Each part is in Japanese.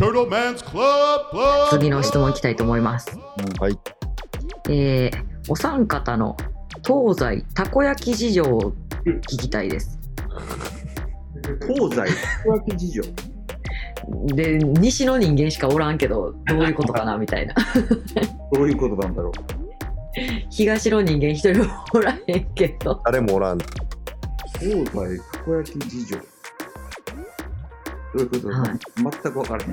次の質問いきたいと思います。 はい。 お三方の東西たこ焼き事情を聞きたいです。 東西たこ焼き事情で、西の人間しかおらんけどどういうことかなみたいな。 どういうことなんだろう。 東の人間一人もおらへんけど。 誰もおらん。 東西たこ焼き事情。どういうこと、 はい、 全く分からへん。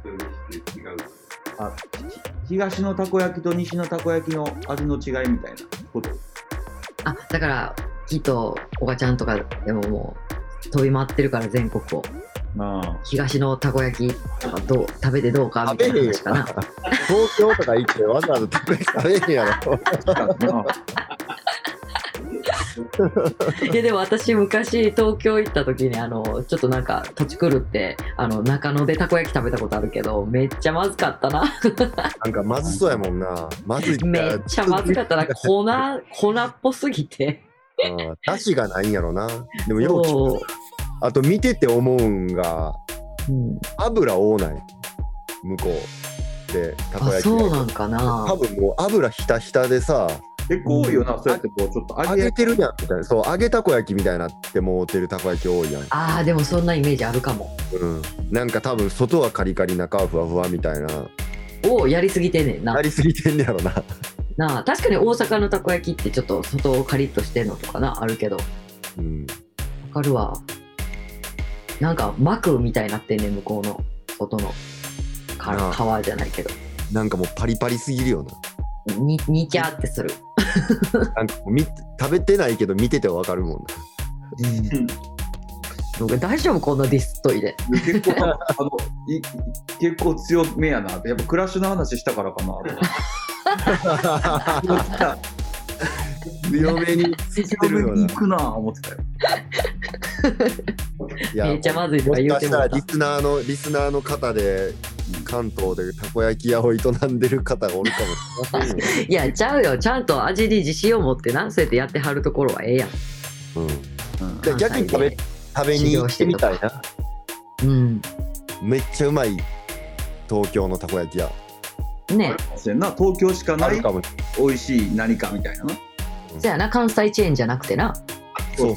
東のたこ焼きと西のたこ焼きの味の違いみたいなこと。 あ、だからきっとおばちゃんとかでももう飛び回ってるから全国を。東のたこ焼きとかどう食べてどうかみたいな話かな。 東京とか行ってわざわざたこ焼き食べへんやろ。 いやでも私昔東京行った時にちょっとなんか土地狂って中野でたこ焼き食べたことあるけどめっちゃまずかったな。 なんかまずそうやもんな。まずい。 めっちゃまずかったな。粉っぽすぎて。 だしがないんやろな。でもよくあと見てて思うんが、油多ない向こうでたこ焼き。 そうなんかな。 多分もう油ひたひたでさ。 結構多いよな、そうやってこうちょっと揚げてるやんみたいな。そう揚げたこ焼きみたいなってもうてるたこ焼き多いやん。 でもそんなイメージあるかも。 なんか多分外はカリカリ中はふわふわみたいな。 やりすぎてんねんな。 やりすぎてんねやろな。 なあ、確かに大阪のたこ焼きってちょっと外をカリッとしてんのとかなあるけど。わかるわ。なんか膜みたいになってんねん向こうの外の皮じゃないけど。なんかもうパリパリすぎるよな。 にちゃってする。 なんか食べてないけど見ててわかるもんな。大丈夫こんなディスっといで。 結構強めやな。やっぱクラッシュの話したからかな。 強めに行くな思ってたよ。 めっちゃまずいとか言うてももしかしたらリスナーの方で関東でたこ焼き屋を営んでる方がおるかもしれませんよ。 いやちゃうよ、ちゃんと味に自信を持ってな、そうやってやってはるところはええやん。 で逆に食べに行ってみたいな。めっちゃうまい東京のたこ焼き屋ね。 東京しかない美味しい何かみたいなな。 そやな、関西チェーンじゃなくてな。 そう。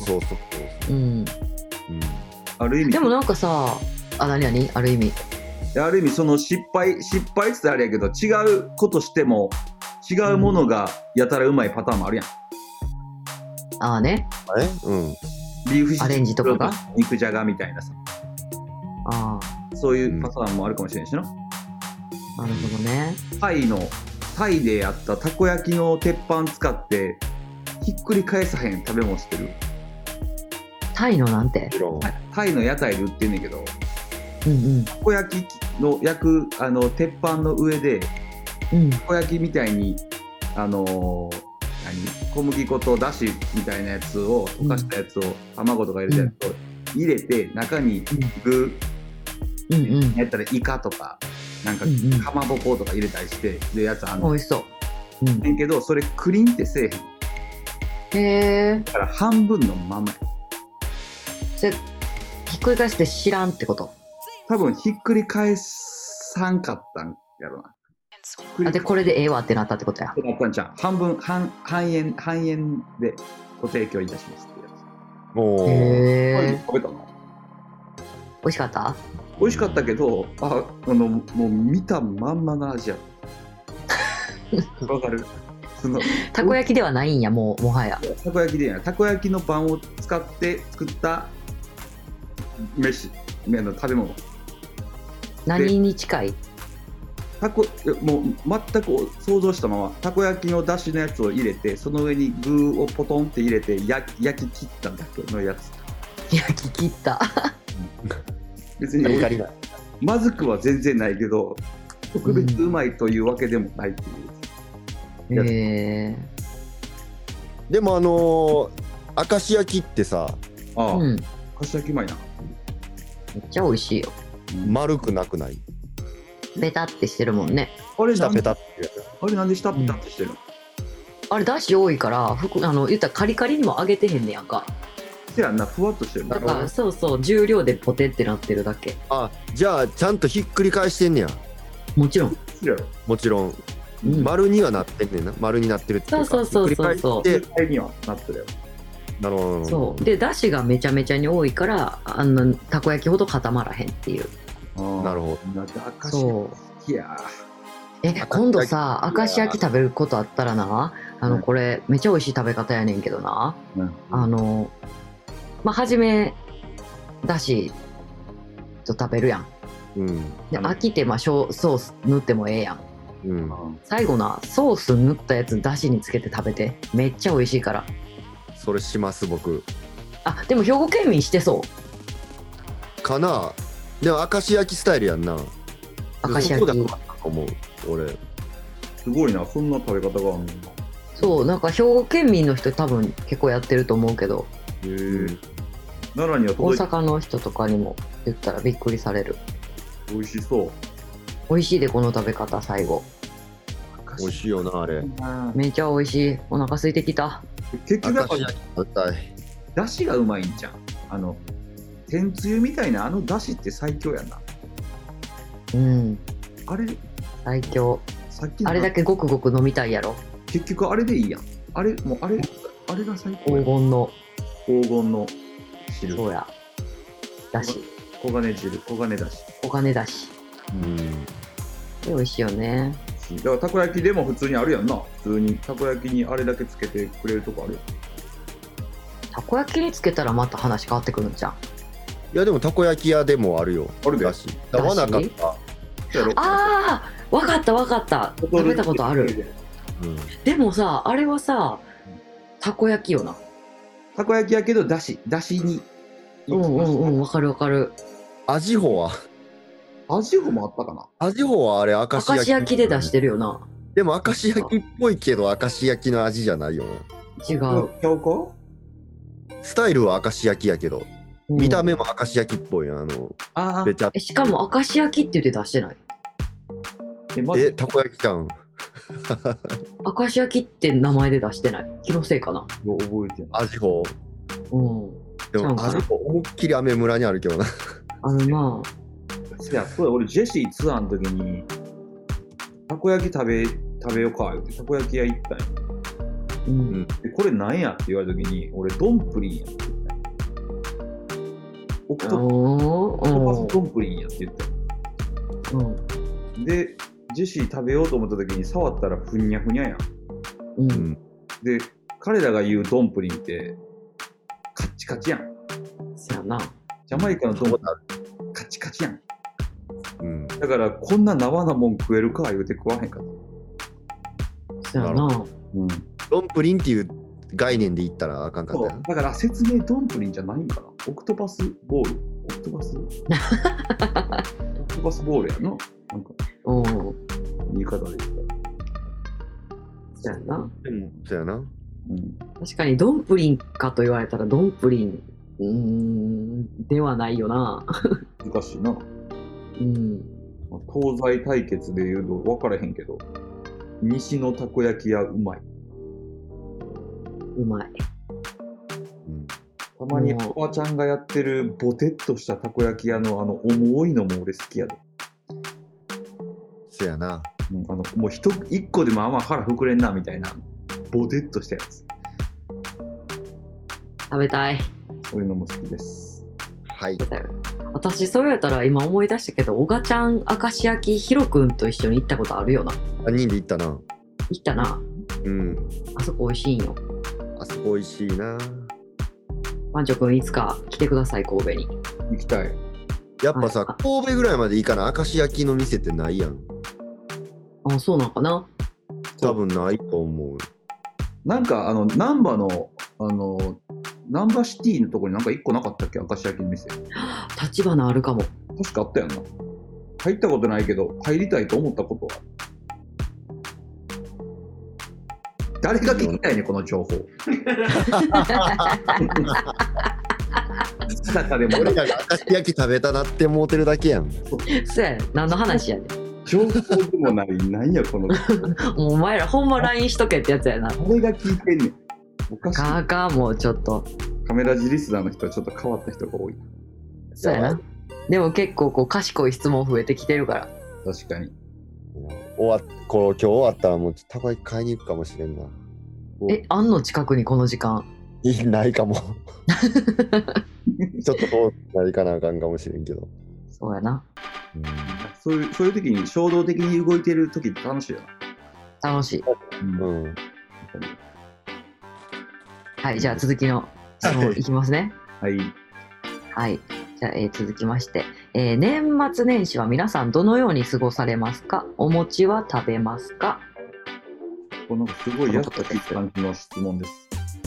ある意味でもなんかさ、何ある意味その失敗ってあれやけど、違うことしても違うものがやたらうまいパターンもあるやん。 ね。ビーフシチューアレンジとかが肉じゃがみたいなさ。そういうパターンもあるかもしれんしな。 なるほどね。 タイでやったたこ焼きの鉄板使ってひっくり返さへん食べ物知ってる？ タイのなんて？ タイの屋台で売ってんねんけど、たこ焼きの焼く鉄板の上で、たこ焼きみたいに小麦粉とだしみたいなやつを溶かしたやつを、卵とか入れたやつを入れて、中に具、やったらイカとかなんかかまぼことか入れたりしてでやつあんの。 美味しそう。 けどそれクリンってせえへん。だから半分のままや。 それひっくり返して知らんってこと？ 多分ひっくり返さんかったんやろな。 でこれでええわってなったってことや。 なったんちゃう。半円でご提供いたしますってやつ。食べたの？ 美味しかった？ 美味しかったけど、もう見たまんまの味や。わかる？ たこ焼きではないんや、もはや。 たこ焼きでやな。たこ焼きのパンを使って作った食べ物。 何に近い？ もう全く想像したままたこ焼きのだしのやつを入れて、その上に具をポトンって入れて焼き切っただけのやつ。 焼き切った別にまずくは全然ないけど、特別うまいというわけでもないっていう。 でも明石焼きってさ、 明石焼きうまいな。 めっちゃ美味しいよ。 丸くなくない？ ペタってしてるもんね。 下ペタってあれなんで下ペタってしてるの？ あれだし多いから言ったらカリカリにも揚げてへんねやんか。 せやんな、ふわっとしてる。 だからそうそう、重量でポテってなってるだけ。 あ、じゃあちゃんとひっくり返してんねや。 もちろん。 もちろん、丸にはなってんねんな。丸になってるっていうか。 そうそうそうそう。 ひっくり返しにはなってるよ。 なるほど。 そうで、だしがめちゃめちゃに多いからたこ焼きほど固まらへんっていう。 なるほど。そう。いや今度さ、明石焼き食べることあったらな、これめっちゃ美味しい食べ方やねんけどな、初めだしと食べるやん、で飽きてソース塗ってもええやん、最後なソース塗ったやつだしにつけて食べて、めっちゃ美味しいから。 それします僕。 でも兵庫県民してそうかな。でも明石焼きスタイルやんな。 明石焼き思う俺。 すごいな、そんな食べ方があるんだ。 そう、なんか兵庫県民の人多分結構やってると思うけど、 奈良には大阪の人とかにも言ったらびっくりされる。 美味しそう。 美味しいで、この食べ方。最後美味しいよな、あれ。 めっちゃ美味しい。お腹空いてきた。 結局やっぱだしがうまいんじゃん。天つゆみたいなだしって最強やな。あれ最強。あれだけごくごく飲みたいやろ。 結局あれでいいやん。あれが最高。 黄金の汁。 そうや。だし。 黄金汁、黄金だし。 黄金だし。美味しいよね。 だからたこ焼きでも普通にあるやんな。普通にたこ焼きにあれだけつけてくれるとこあるよ。 たこ焼きにつけたらまた話変わってくるんじゃん。 いやでもたこ焼き屋でもあるよ。 あるで。 だし。だわなかった。 わかった食べたことある。でもさ、あれはさ、たこ焼きよな。 たこ焼きやけどだしに。 わかる。 味穂は味穂もあったかな。 味穂はあれ明石焼きで出してるよな。 でも明石焼きっぽいけど明石焼きの味じゃないよな。違う。 スタイルは明石焼きやけど、見た目も明石焼きっぽいしかも明石焼きって言って出してない。 たこ焼き感。 明石焼きって名前で出してない。気のせいかな。 覚えてない。 味穂。でも味穂思いっきり雨村にあるけどな。 いや、そうだ、俺ジェシーツアーの時にたこ焼き食べようか言ってたこ焼き屋行ったんよ。でこれなんやって言われた時に、俺ドンプリンやって言ったんよ。オクトパスドンプリンやって言ったんよ。でジェシー食べようと思った時に触ったらふにゃふにゃやん。で彼らが言うドンプリンってカッチカチやん。 そやな。 ジャマイカのドンプリンカチカチやん。だからこんな生なもん食えるか言うて食わへんかった。 そやな。 ドンプリンっていう概念で言ったらあかんかったよ。 だから説明ドンプリンじゃないんかな。オクトパスボール。オクトパスボールやな。なんか言い方で言ったら。 そやな。 そやな。 確かにドンプリンかと言われたらドンプリンではないよな。 難しいな。東西対決で言うと分からへんけど、西のたこ焼き屋うまい。たまにおばちゃんがやってるボテッとしたたこ焼き屋の重いのも俺好きやで。 せやな。 もう一個でも腹膨れんなみたいなボテッとしたやつ。 食べたい。 そういうのも好きです。 はい。 私そうやったら今思い出したけど、おがちゃん明石焼きヒロくんと一緒に行ったことあるよな。 3人で行ったな。 行ったな。あそこ美味しいんよ。 あそこ美味しいな。 万丈くんいつか来てください、神戸に。 行きたい。 やっぱさ、神戸ぐらいまでいいかな。明石焼きの店ってないやん。 そうなんかな。 多分ないと思う。 なんか難波の難波シティのところになんか1個なかったっけ、明石焼きの店。 立花あるかも。 確かあったやんな。入ったことないけど入りたいと思ったことは。誰が聞きたいねこの情報。 俺らが明石焼き食べたなって思ってるだけやん。 そうや、何の話やねん。 情報でもない、なんやこの。 もうお前らほんま LINE しとけってやつやな。 誰が聞いてんねん。 おかしい。もうちょっと。 カメラジリスナーの人はちょっと変わった人が多い。 そうやな。でも結構こう賢い質問増えてきてるから。 確かに。 今日終わったらもうたこ焼き買いに行くかもしれんな。 あんの近くにこの時間。 ないかも。ちょっと遠くなりかなあかんかもしれんけど。 そうやな。 そういう時に衝動的に動いてる時って楽しいよな。楽しい。はい、じゃあ続きの質問いきますね。 はい。 はい。じゃあ、続きまして、年末年始は皆さんどのように過ごされますか？お餅は食べますか？ このすごい優しい感じの質問です。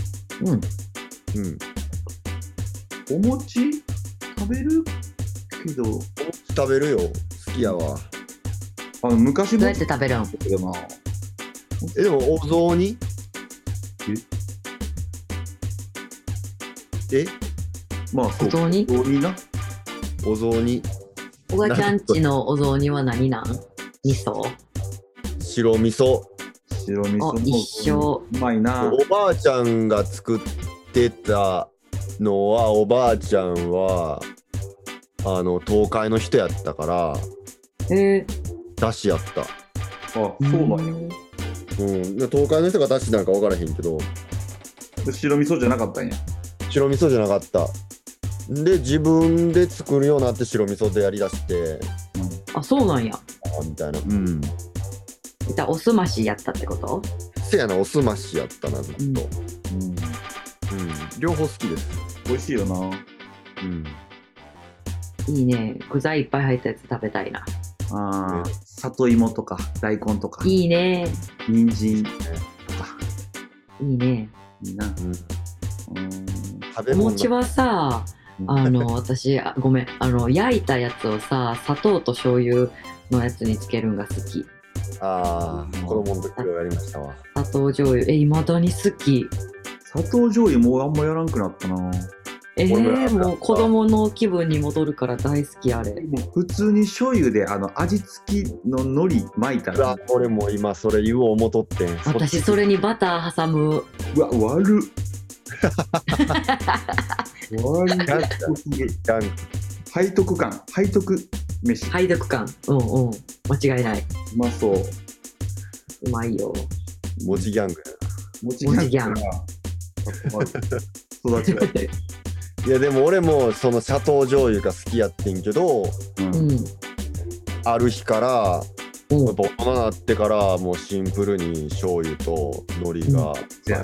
お餅食べるけど。 食べるよ。好きやわ。 昔も。 どうやって食べるん？ でもお雑煮？ まあそう。 お雑煮？ お雑煮。 おがちゃんちのお雑煮は何なん？味噌？ 白味噌。 白味噌も一緒。 うまいな。 おばあちゃんが作ってたのは、おばあちゃんは東海の人やったからだしやった。 そうなんや。 東海の人がだしなんか分からへんけど、 白味噌じゃなかったんや。 白味噌じゃなかった。で自分で作るようになって白味噌でやりだして、 そうなんや。 みたいな。 おすましやったってこと？ せやな、おすましやったなずっと。両方好きです。 美味しいよな。 いいね。具材いっぱい入ったやつ食べたいな。 里芋とか大根とか。 いいね。 人参とか。 いいね。 いいな。 お餅はさ、私ごめん、焼いたやつをさ、砂糖と醤油のやつにつけるんが好き。 子供の時やりましたわ。 砂糖醤油、いまだに好き。 砂糖醤油もうあんまやらんくなったな。 もう子供の気分に戻るから大好きあれ。 普通に醤油で味付きの海苔巻いたら。 俺も今それ言おう思とってん。 私それにバター挟む。 うわ、悪っ。背徳感、背徳飯。 背徳感、間違いない。 うまそう。 うまいよ。 もちギャングやな。もちギャング。育ちがいい。 いやでも俺もその砂糖醤油が好きやってんけど、ある日から大人になってからもうシンプルに醤油と海苔が、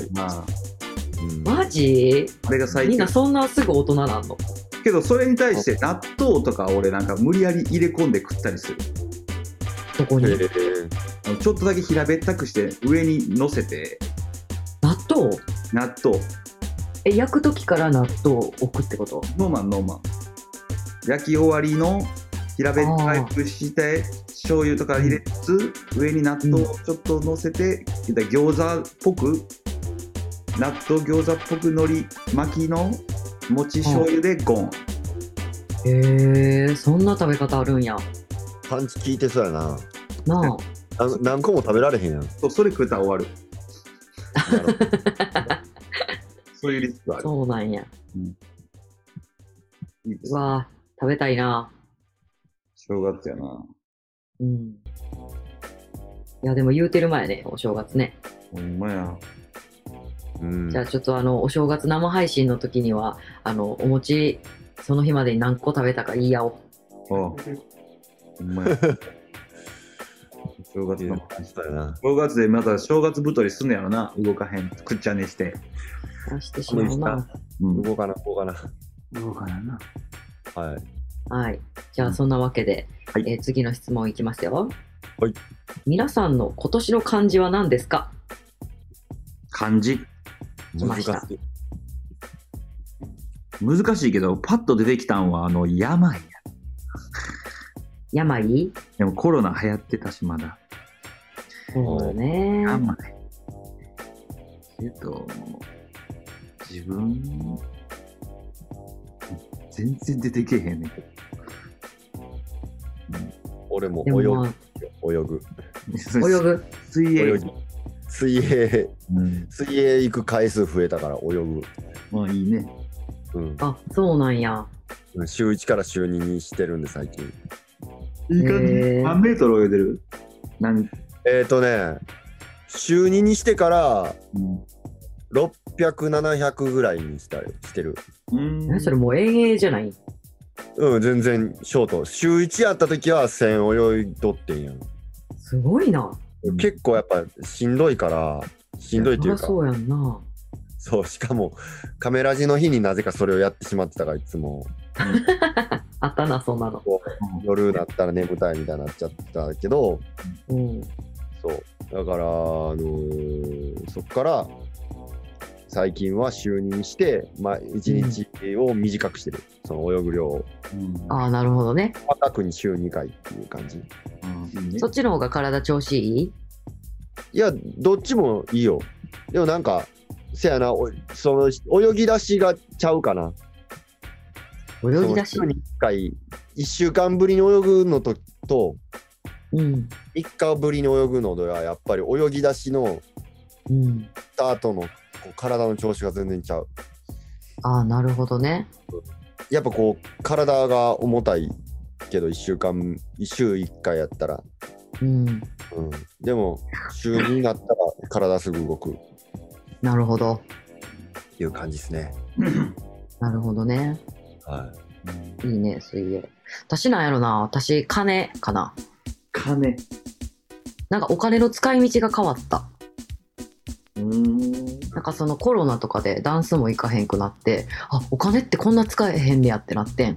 マジ？ あれが最近みんなそんなすぐ大人なんの？ けどそれに対して納豆とか俺なんか無理やり入れ込んで食ったりする。 どこに？ ちょっとだけ平べったくして上に乗せて。 納豆？焼く時から納豆を置くってこと？ ノーマン。焼き終わりの平べったくして醤油とか入れつつ、上に納豆をちょっと乗せて、餃子っぽく納豆餃子っぽく海苔巻きの餅醤油でゴン。 そんな食べ方あるんや。 パンチ効いてそうやな。何個も食べられへんやん。 それ食ったら終わる。そういうリスクある。 そうなんや。うわぁ、食べたいな。 正月やな。 いやでも言うてる前ね、お正月ね。 ほんまや。 じゃあちょっとお正月生配信の時にはお餅その日までに何個食べたか言い合おう。 ほんまや。正月の正月でまた正月太りすんのやろな。動かへんくっちゃねして。 してしまうな。 動かな。 はい。じゃあそんなわけで、次の質問いきますよ。皆さんの今年の漢字は何ですか？ 漢字。 難しいけどパッと出てきたんは病や。 病？ でもコロナ流行ってたしまだ。 そうだね。 病。自分全然出てけへんねんけど。 俺も泳ぐ。水泳行く回数増えたから泳ぐ。 まあいいね。 あ、そうなんや。 週1から週2にしてるんで最近。 いい感じ。何メートル泳いでる？ 週2にしてから、600、700ぐらいにしてる。 それもう遠泳じゃない？ 全然ショート。週1やった時は1000泳いどってんやん。 すごいな。 結構やっぱしんどいからっていうか。 そうやんな。 そう、しかもカメラ時の日になぜかそれをやってしまってたからいつも。 あったな、そんなの。 夜になったら眠たいみたいになっちゃったけど、そうだからそっから最近は週2にして、1日を短くしてる、その泳ぐ量を。 ああ、なるほどね。 細かくに週2回っていう感じ。 そっちの方が体調子いい？ いや、どっちもいいよ。でもなんかせやな、その泳ぎ出しがちゃうかな。 泳ぎ出し？ 週に1回、1週間ぶりに泳ぐのと3日ぶりに泳ぐのではやっぱり泳ぎ出しのスタートの体の調子が全然ちゃう。 ああ、なるほどね。 やっぱこう体が重たいけど1週1回やったら、でも週2になったら体すぐ動く。 なるほど。 いう感じですね。 なるほどね。 はい。 いいね、水泳。私なんやろな。私金かな。 金。 なんかお金の使い道が変わった。なんかそのコロナとかでダンスも行かへんくなって、お金ってこんな使えへんねやってなってん。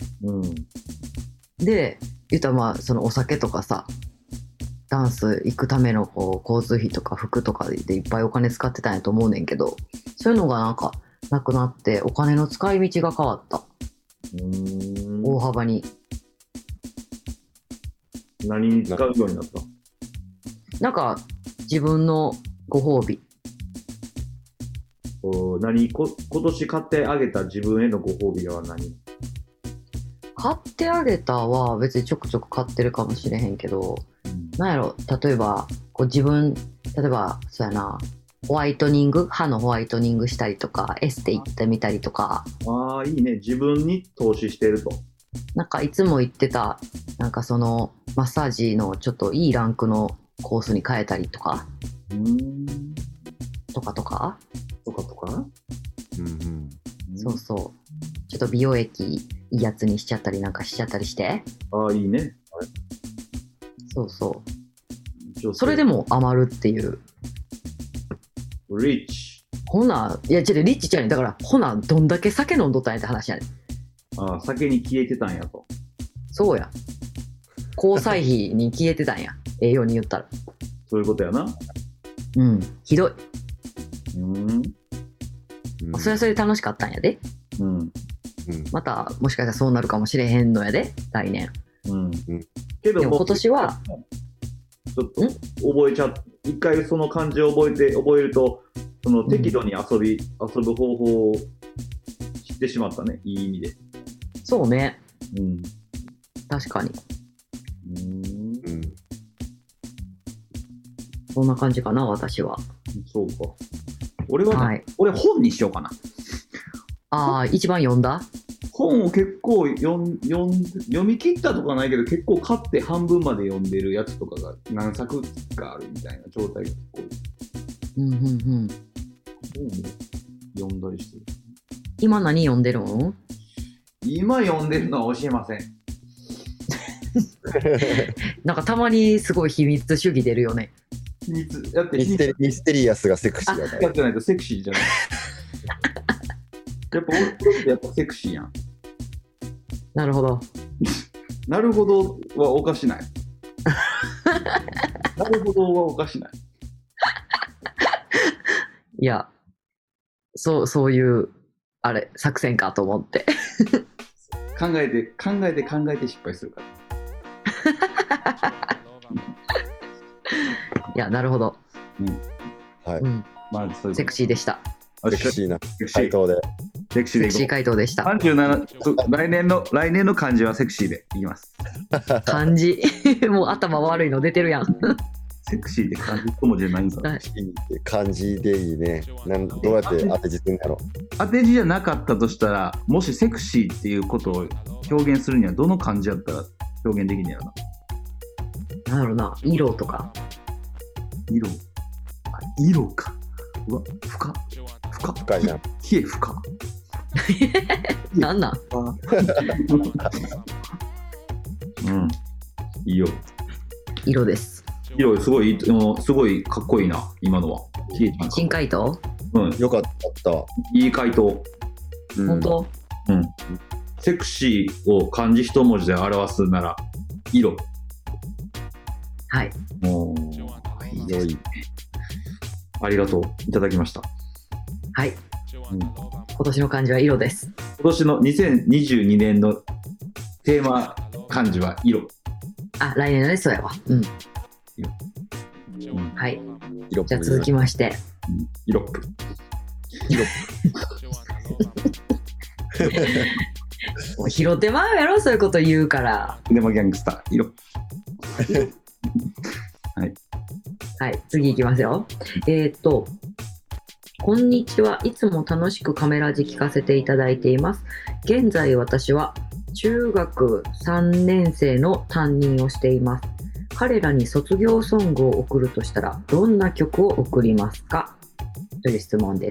で、言ったらそのお酒とかさ、ダンス行くための交通費とか服とかでいっぱいお金使ってたんやと思うねんけど、そういうのがなんかなくなってお金の使い道が変わった。大幅に。 何に使うようになった？ なんか自分のご褒美。 今年買ってあげた自分へのご褒美は何？ 買ってあげたは別にちょくちょく買ってるかもしれへんけど、なんやろ、例えば例えばそうやな、歯のホワイトニングしたりとか、エステ行ってみたりとか。 ああ、いいね。自分に投資してると。 なんかいつも行ってたなんかそのマッサージのちょっといいランクのコースに変えたりとか。とかそうそう、ちょっと美容液いいやつにしちゃったりなんかしちゃったりして。 ああ、いいね。 そうそう、それでも余るっていう。 リッチ。 ほな、いや違う、リッチちゃうねん。だからほなどんだけ酒飲んどったんやって話やねん。 ああ、酒に消えてたんやと。 そうや、交際費に消えてたんや。栄養に言ったらそういうことやな。 ひどい。それはそれで楽しかったんやで。またもしかしたらそうなるかもしれへんのやで、来年。 けどでも今年はちょっと覚えちゃって、一回その漢字を覚えると、その適度に遊ぶ方法を知ってしまったね、いい意味で。 そうね。確かに。そんな感じかな、私は。 そうか。俺は、俺本にしようかな。 ああ、一番読んだ？ 本を結構読み切ったとかないけど、結構買って半分まで読んでるやつとかが何作かあるみたいな状態が結構。本を読んだりしてる。 今何読んでるの？ 今読んでるのは教えません。 なんかたまにすごい秘密主義出るよね。 ミステリアスがセクシーだから。 やってないとセクシーじゃない。やっぱセクシーやん。 なるほど。 なるほどはおかしない。なるほどはおかしない。 いや、そういうあれ作戦かと思って。 考えて失敗するから。 いや、なるほど。 はい。 まあ、 セクシーでした。 セクシーな回答で。 セクシー回答でした。 37、来年の漢字はセクシーでいきます。 漢字もう頭悪いの出てるやん。 セクシーって漢字一文字じゃないんだ。 漢字でいいね。どうやって当て字するんだろう。 当て字じゃなかったとしたら、もしセクシーっていうことを表現するにはどの漢字やったら表現できんやろな。 なんだろうな、色とか。 色。あ、色か。うわ、 深いな。 冷え深。 なんなんうん。いいよ。 色です。 色すごいかっこいいな、今のは。 新回答？ うん。 よかった。 いい回答。 本当？ うん。セクシーを漢字一文字で表すなら、色。 はい。 もう、いいですね。ありがとう。いただきました。 はい。 うん、 今年の漢字は色です。 今年の2022年のテーマ漢字は色。 あ、来年のね、そうやわ。うん。 色。 はい。 色じゃあ続きまして。 色っぷ。 もう拾ってまうやろ、そういうこと言うから。 でもギャングスター。色。はい。 はい、次いきますよ。こんにちは。いつも楽しくカメラ字聞かせていただいています。現在私は中学3年生の担任をしています。彼らに卒業ソングを送るとしたらどんな曲を送りますかという質問です。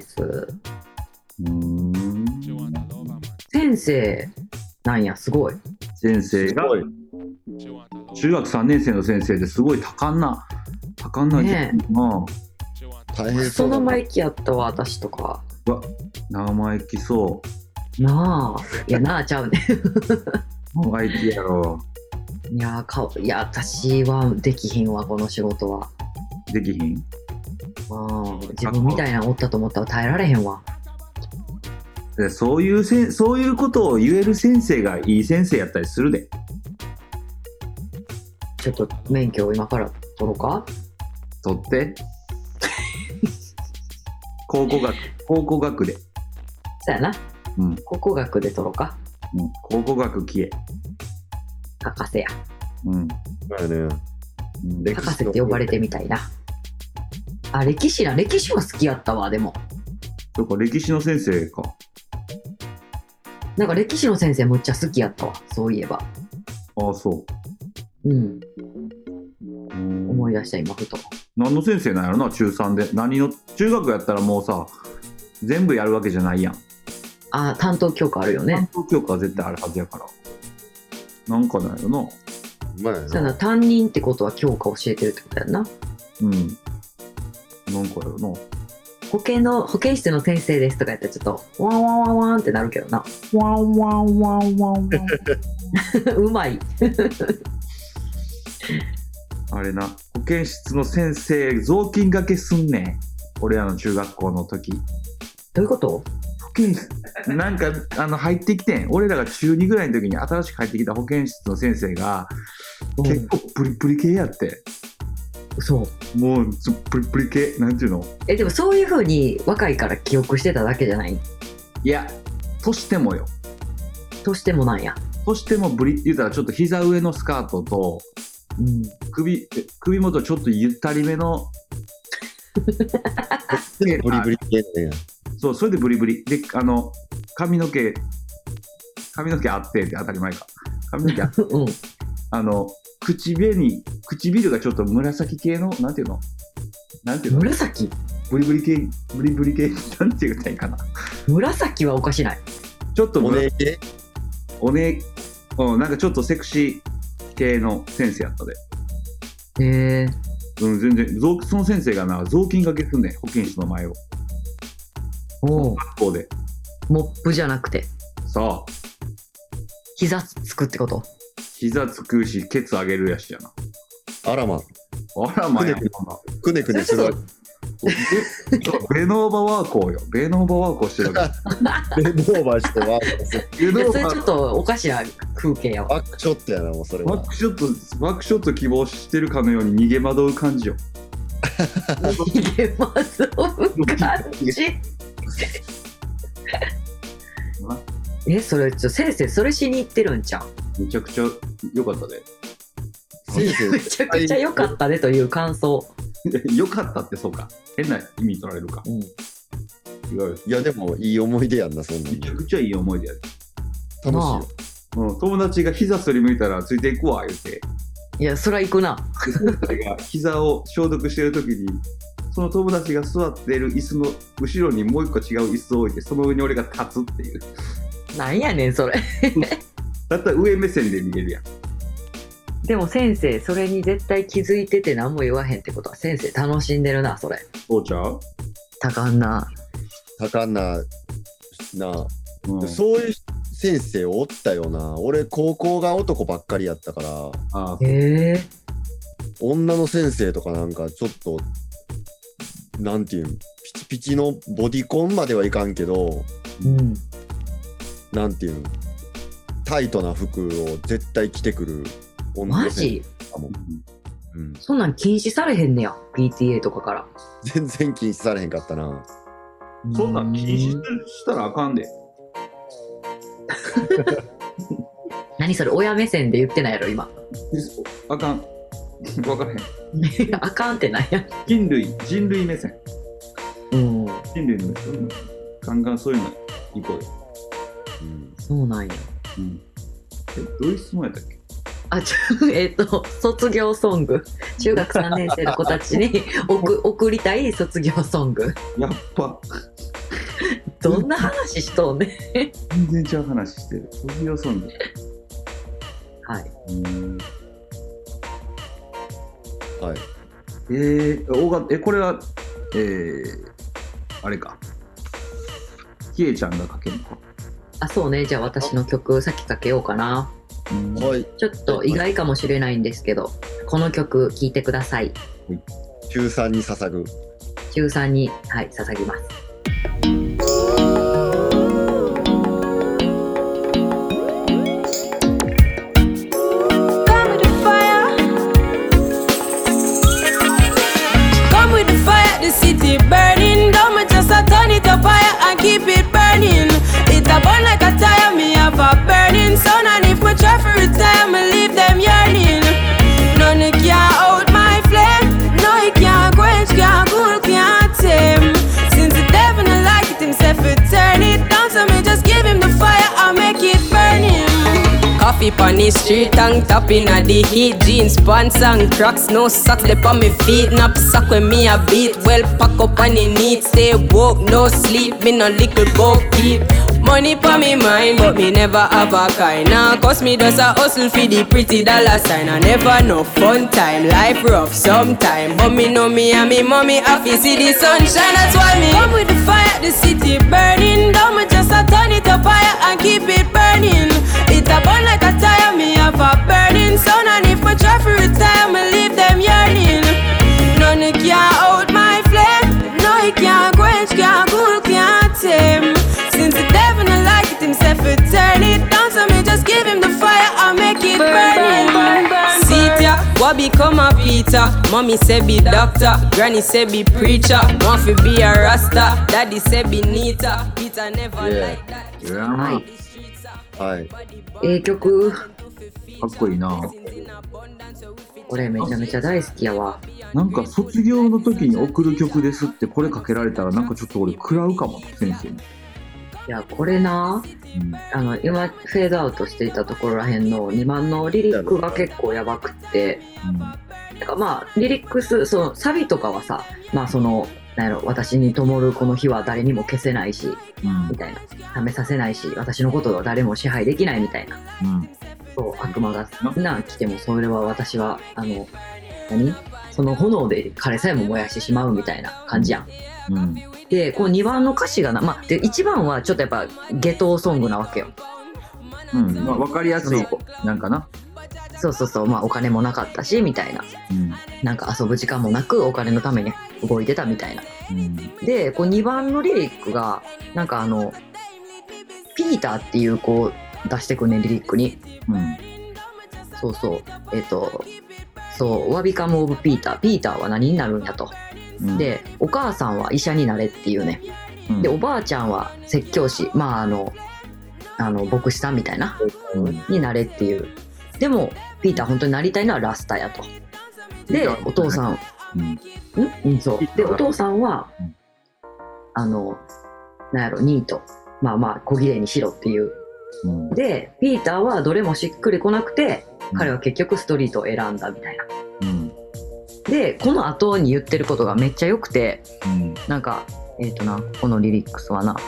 先生なんや、すごい。 先生が中学3年生の先生ですごい多感なねえ。 大変その生意気やったわ、私とか。 うわ、生意気そう。 なあ、いやなあちゃうね。 生意気やろ。 いや私はできひんわ、この仕事は。 できひん。 自分みたいなのおったと思ったら耐えられへんわ。 そういうことを言える先生がいい先生やったりするで。 ちょっと免許を今から取ろうか。 取って考古学で。 そうやな。 うん。 考古学で取ろうか。 うん。考古学消え。 博士や。 うん。 そうやね。 博士って呼ばれてみたいな。あ、歴史は好きやったわ、でも。 そうか、歴史の先生か。 なんか歴史の先生むっちゃ好きやったわ、そういえば。 ああ、そう。 うん。思い出した今ふと。 何の先生なんやろな、中3で。中学やったらもうさ、全部やるわけじゃないやん。 あ、担当教科あるよね。 担当教科は絶対あるはずやから。なんかなんやろな。 そうやな、担任ってことは教科教えてるってことやんな。 うん。なんかやろな。 保健室の先生ですとかやったらちょっとワンワンワンワンってなるけどな。ワンワンワンワンワン。うまい。 あれな、保健室の先生雑巾がけすんねん。俺らの中学校の時。 どういうこと？ 保健室なんか入ってきてん。俺らが中2ぐらいの時に新しく入ってきた保健室の先生が結構プリプリ系やって。 そう。 もうプリプリ系なんていうの？ でもそういう風に若いから記憶してただけじゃない？ いや、としてもよ。 としてもなんや。 としても言うたらちょっと膝上のスカートと、 うん、 首元ちょっとゆったりめのブリブリ系ね。 そう、それでブリブリで髪の毛あってって当たり前か。髪の毛あって、 うん、 唇がちょっと紫系のなんていうの紫ブリブリ系なんて言うたらいいかな。 紫はおかしない。 ちょっとおね系なんかちょっとセクシー系の先生やったで。 へえ。 うん、全然その先生がな雑巾がけすんねん、保健室の前を。 おう。 学校でモップじゃなくてさあ膝つくってこと？ 膝つくしケツ上げるやしやな。 あらま。 あらまや。 くねくねするわけ。 ベノーバワーコーよ。ベノーバワーコーしてるわけ。 ベノーバーしてワーコする。 それちょっとおかしな風景やわ。 バックショットやな、もうそれは。 バックショット希望してるかのように逃げ惑う感じよ。 逃げ惑う感じ。それ先生それしに行ってるんちゃう？ めちゃくちゃ良かったで。 めちゃくちゃ良かったねという感想。 良かったってそうか。変な意味取られるか。違うよ。 いやでもいい思い出やんな、そんなめちゃくちゃいい思い出やで。 楽しいよ。 友達が膝すりむいたらついていくわ言うて。 いや、そら行くな。 友達が膝を消毒してる時に、その友達が座ってる椅子の後ろにもう一個違う椅子を置いて、その上に俺が立つっていう。 なんやねんそれ。 だったら上目線で見れるやん。 でも先生それに絶対気づいてて何も言わへんってことは先生楽しんでるなそれ。 そうちゃう？ 多感なそういう先生おったよな。俺高校が男ばっかりやったから。女の先生とかなんかちょっとなんていうピチピチのボディコンまではいかんけど、なんていうタイトな服を絶対着てくる女の先生とかも。 そんなん禁止されへんねや PTA とかから。 全然禁止されへんかったな。 そんなん禁止したらあかんで。 何それ親目線で言ってないやろ今。 あかん。分からへん。 あかんってなんや。 人類目線。人類の目線。ガンガンそういうの行こうよ。 そうなんや。 どういう質問やったっけ？ 卒業ソング。中学3年生の子たちに送りたい卒業ソング。 やっぱ。 どんな話しとんねん。 全然違う話してる。卒業ソング。 はい。 はい。 これは、あれか。ひえちゃんがかけるの？ あ、そうね。じゃあ私の曲先かけようかな。 はい。 ちょっと意外かもしれないんですけど、この曲聴いてください。 中3に捧ぐ。 中3に、はい、捧ぎます。 Keep it burning. It a burn like a tire. Me have a burning sun, and if my try for retire, me leave them yearning. None can out my flame. No, he can't quench, can't cool, can't tame. Since the devil don't like it himself, he turn it down. So me just give him the fire and make it burning. Coffee pon the street, tongue tapping at the heat. Jeans, pants and Crocs, no socks left on me feet. Nap sock when me a beat, well pack up on the neat. Stay woke, no sleep, me no little boat keep. Money pon me mind, but me never have a kind. Nah, cause me just a hustle for the pretty dollar sign. I never no fun time, life rough sometime. But me know me and me mommy happy see the sunshine. That's why me come with the fire, the city burning down. Me just a turn it up higher and keep it burning. It a burn like a tire, me have a burning sun. And if my try for retire, me leave them yearning. None can out my flame. No, he can't quench, can't cool, can't tame. Since the devil don't like it himself, he turn it down. So me just give him the fire and make it burning. See ya, what become a Peter? Mommy say be doctor, granny say be preacher. Want to be a rasta, daddy say be neater. Peter never like that. はい。 曲。 かっこいいな。 これめちゃめちゃ大好きやわ。 なんか卒業の時に送る曲ですってこれかけられたらなんかちょっと俺食らうかも先生に。 いやこれな、今フェードアウトしていたところらへんの2番のリリックが結構やばくって、だからまあリリックスそのサビとかはさ、まあそのなんやろ私に灯るこの日は誰にも消せないし、みたいな試させないし私のことは誰も支配できないみたいな、そう悪魔が来てもそれは私はその炎で彼さえも燃やしてしまうみたいな感じやん。でこの2番の歌詞がな、で1番はちょっとやっぱ下等ソングなわけよ。 まあ、分かりやすいなんかな。 そうまあお金もなかったしみたいな、なんか遊ぶ時間もなくお金のために動いてたみたいな、でこう2番のリリックがなんかピーターっていう子を出してくんねんリリックに、What become of Peter ピーターは何になるんやと、でお母さんは医者になれっていうね、でおばあちゃんは説教師、まあ牧師さんみたいな、になれっていうでもピーター本当になりたいのはラスタやと。でお父さん、そうでお父さんは、なんやろニート、まあ小綺麗にしろっていう、でピーターはどれもしっくりこなくて、彼は結局ストリートを選んだみたいな、でこの後に言ってることがめっちゃ良くて、なんかこのリリックスはな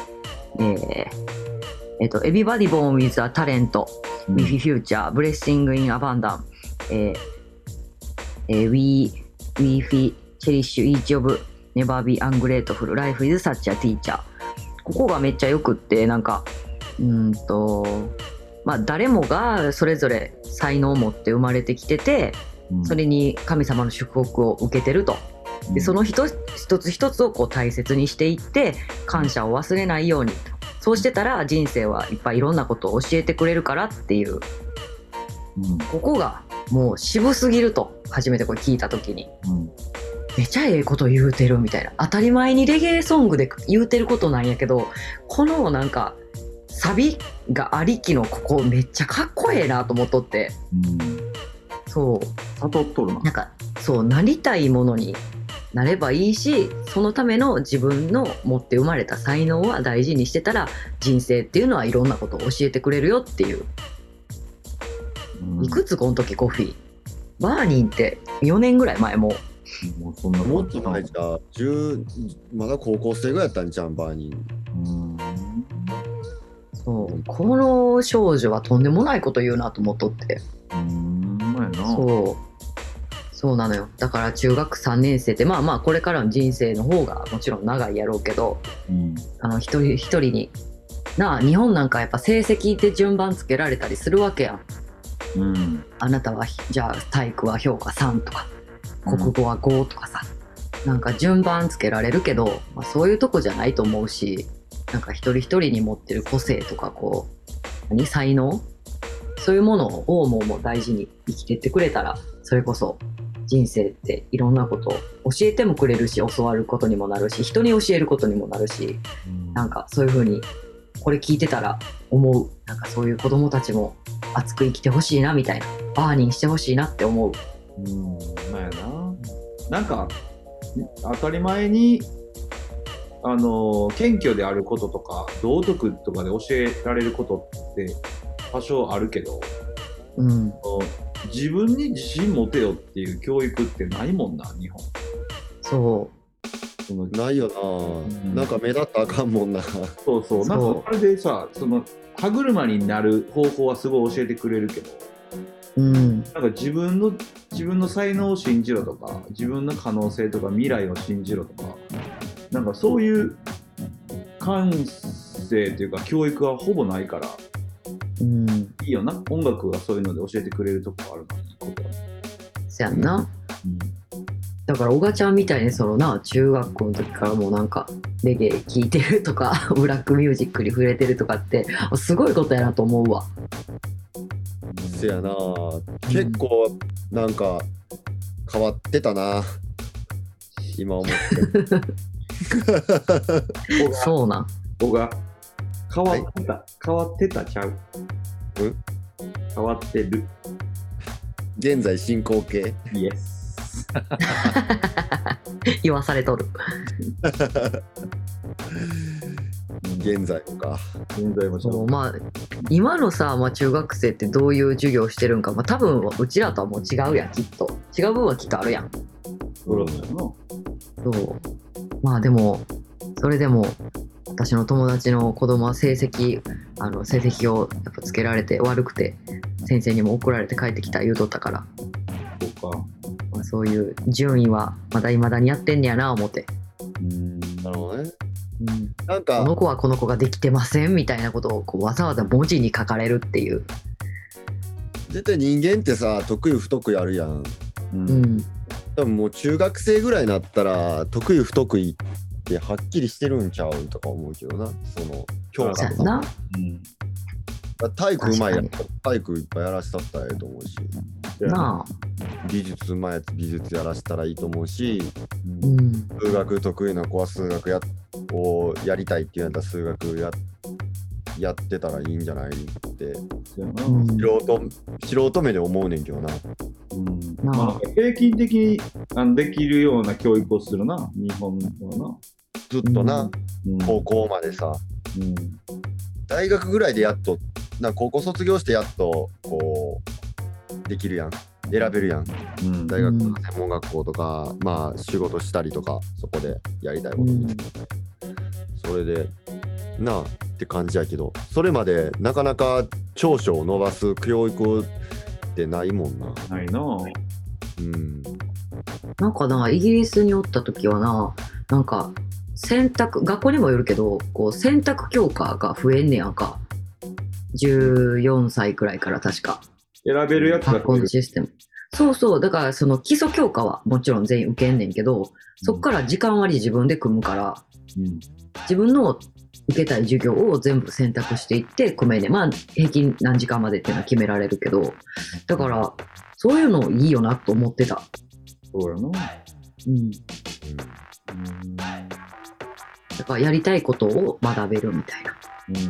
Everybody born with a talent, with future, blessing in abundance, we cherish each of never be ungrateful, life is such a teacher。 ここがめっちゃよくって、なんかまあ誰もがそれぞれ才能を持って生まれてきてて、それに神様の祝福を受けてると。でその一つ一つをこう大切にしていって感謝を忘れないように、そうしてたら人生はいっぱいいろんなことを教えてくれるからっていう、ここがもう渋すぎると、初めてこれ聞いた時に、めちゃええこと言うてるみたいな、当たり前にレゲエソングで言うてることなんやけど、このなんかサビがありきのここめっちゃかっこええなと思っとって、そう悟っとるな。 なんかそうなりたいものになればいいし、そのための自分の持って生まれた才能は大事にしてたら、人生っていうのはいろんなことを教えてくれるよっていう、いくつこの時コフィーバーニーって4年ぐらい前もうそんなもっと前じゃまだ高校生ぐらいやったんじゃんバーニー。 そうこの少女はとんでもないこと言うなと思っとって、そうなのよ。だから中学3年生ってまあこれからの人生の方がもちろん長いやろうけど、一人一人になあ、日本なんかやっぱ成績で順番つけられたりするわけやん。あなたはじゃあ体育は評価3とか国語は5とかさ、なんか順番つけられるけど、そういうとこじゃないと思うし、なんか一人一人に持ってる個性とかこう才能、そういうものをもう大事に生きてってくれたら、それこそ人生っていろんなことを教えてもくれるし、教わることにもなるし、人に教えることにもなるし、なんかそういう風にこれ聞いてたら思う。なんかそういう子供たちも熱く生きてほしいなみたいな、バーニーしてほしいなって思う。 なんやな。なんか当たり前に謙虚であることとか道徳とかで教えられることって多少あるけど、自分に自信持てよっていう教育ってないもんな、日本。 そうないよな、なんか目立ったらあかんもんな。 そうなんかあれでさ、歯車になる方法はすごい教えてくれるけど、なんか自分の才能を信じろとか、自分の可能性とか未来を信じろとか、なんかそういう感性というか教育はほぼないから、いいよな、音楽がそういうので教えてくれるとこあるのに。 そやんな、だから小賀ちゃんみたいに中学校の時からもうなんかレゲエ聴いてるとかブラックミュージックに触れてるとかってすごいことやなと思うわ。 せやな、結構なんか変わってたな、今思ってそうなん。 小賀変わってた、変わってたちゃう。変わってる。 現在進行形。 イエス。 言わされとる。 現在か。 現在もそう。 今のさ、中学生ってどういう授業してるんか、多分うちらとはもう違うやん、きっと。違う部分はきっとあるやん。 そうだよな。 そう。でもそれでも私の友達の子供は成績をやっぱつけられて悪くて先生にも怒られて帰ってきた言うとったから、そういう順位はまだ未だにやってんねやな思って。 なるほどね。なんかこの子はこの子ができてませんみたいなことをこうわざわざ文字に書かれるっていう。 絶対人間ってさ、得意不得意あるやん。多分もう中学生ぐらいになったら得意不得意ってはっきりしてるんちゃうとか思うけどな、評価とか。体育うまいやったら体育いっぱいやらせたったらいいと思うし、美術うまいやつ美術やらせたらいいと思うし、数学得意な子は数学をやりたいって言うんだったら数学やってたらいいんじゃないってそうやな、 素人目で思うねんけどな。 まあ、平均的にできるような教育をするな、日本はな。 ずっとな、高校までさ、大学ぐらいでやっと高校卒業してやっとこうできるやん、選べるやん、大学の専門学校とか、まあ仕事したりとか、そこでやりたいこと見つけて、それでなあって感じやけど、それまでなかなか長所を伸ばす教育ってないもんな。 ないな。 なんかな、イギリスにおった時はな、なんか学校にもよるけど、こう選択教科が増えんねやんか。14歳くらいから確か。 選べるやつが学校のシステム。そうそう、だからその基礎教科はもちろん全員受けんねんけど、そっから時間割自分で組むから、自分の受けたい授業を全部選択していって組めね。まあ平均何時間までっていうのは決められるけど、だからそういうのいいよなと思ってた。 そうやな。 だからやりたいことを学べるみたいな。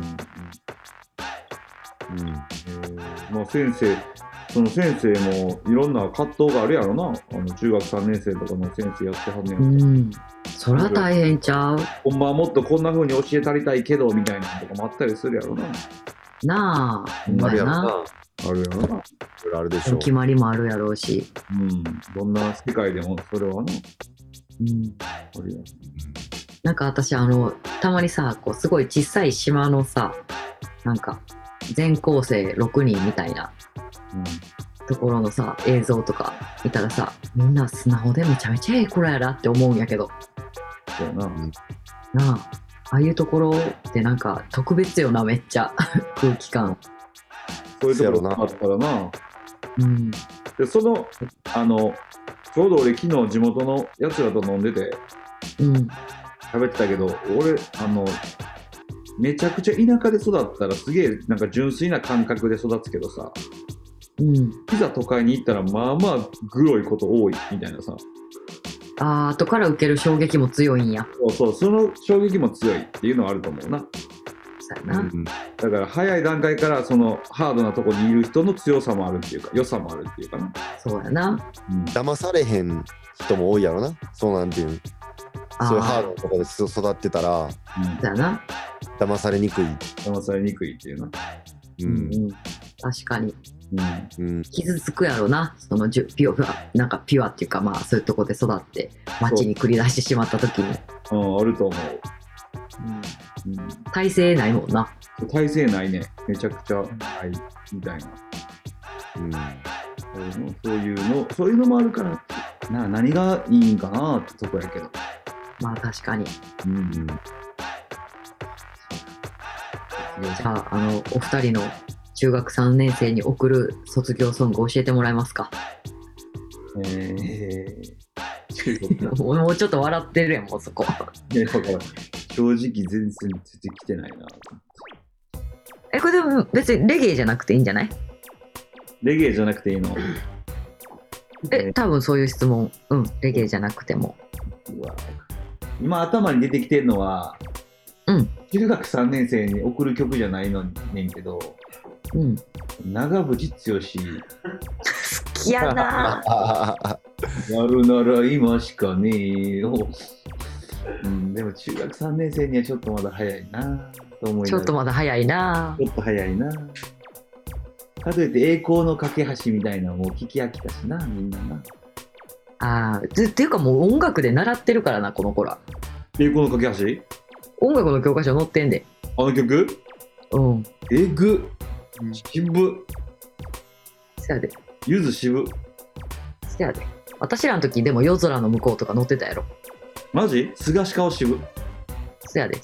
まあその先生もいろんな葛藤があるやろな。中学3年生とかの先生やってはんねん。 そら大変ちゃう。 ほんまはもっとこんな風に教えたりたいけどみたいなとかもあったりするやろな。 なあ、 あるやろな。 あるやろな。 それあるでしょう。 決まりもあるやろうし。 どんな世界でもそれはな。あるやろ。 なんか私たまにさ、こうすごい小さい島のさ、なんか全校生6人みたいなところのさ映像とか見たらさ、みんな素直でめちゃめちゃええ子らやなって思うんやけど。 そうやな。 ああいうところってなんか特別よな、めっちゃ空気感。 そういうところがあったらな。でちょうど俺昨日地元のやつらと飲んでて、喋ってたけど、俺めちゃくちゃ田舎で育ったらすげえなんか純粋な感覚で育つけどさ、いざ都会に行ったらまあまあグロいこと多いみたいなさ。 後から受ける衝撃も強いんや。 そう、その衝撃も強いっていうのはあると思うな。 そうやな。 だから早い段階からそのハードなところにいる人の強さもあるっていうか、良さもあるっていうかな。 そうやな。 騙されへん人も多いやろな。そうなんていう。そういうハードなところで育ってたら、 そうやな。 騙されにくい。 騙されにくいっていうな。 確かに。傷つくやろな、そのピュアっていうか、まあそういうとこで育って街に繰り出してしまった時に。 あると思う。 耐性ないもんな。 耐性ないね。めちゃくちゃないみたいな。そういうのもあるから何がいいんかなってとこやけど。 まあ確かに。じゃあお二人の中学3年生に送る卒業ソング教えてもらえますか？もうちょっと笑ってるやん、もうそこ。 いや、だから正直全然出てきてないな。 これでも別にレゲエじゃなくていいんじゃない？ レゲエじゃなくていいの？ 多分そういう質問。レゲエじゃなくても。 今頭に出てきてるのは、中学3年生に送る曲じゃないのねんけど、長渕剛。 好きやな。 やるなら今しかねえよ。でも中学3年生にはちょっとまだ早いなと思いながら。 ちょっとまだ早いな。 ちょっと早いな。かといって栄光の架け橋みたいなのもう聞き飽きたしな、みんなな。 っていうかもう音楽で習ってるからな、この子ら。 栄光の架け橋？ 音楽の教科書載ってんで。 あの曲？えぐ。渋。 せやで。 ゆず渋。 せやで。私らの時でも夜空の向こうとか載ってたやろ。 マジ？菅氏顔渋。 せやで。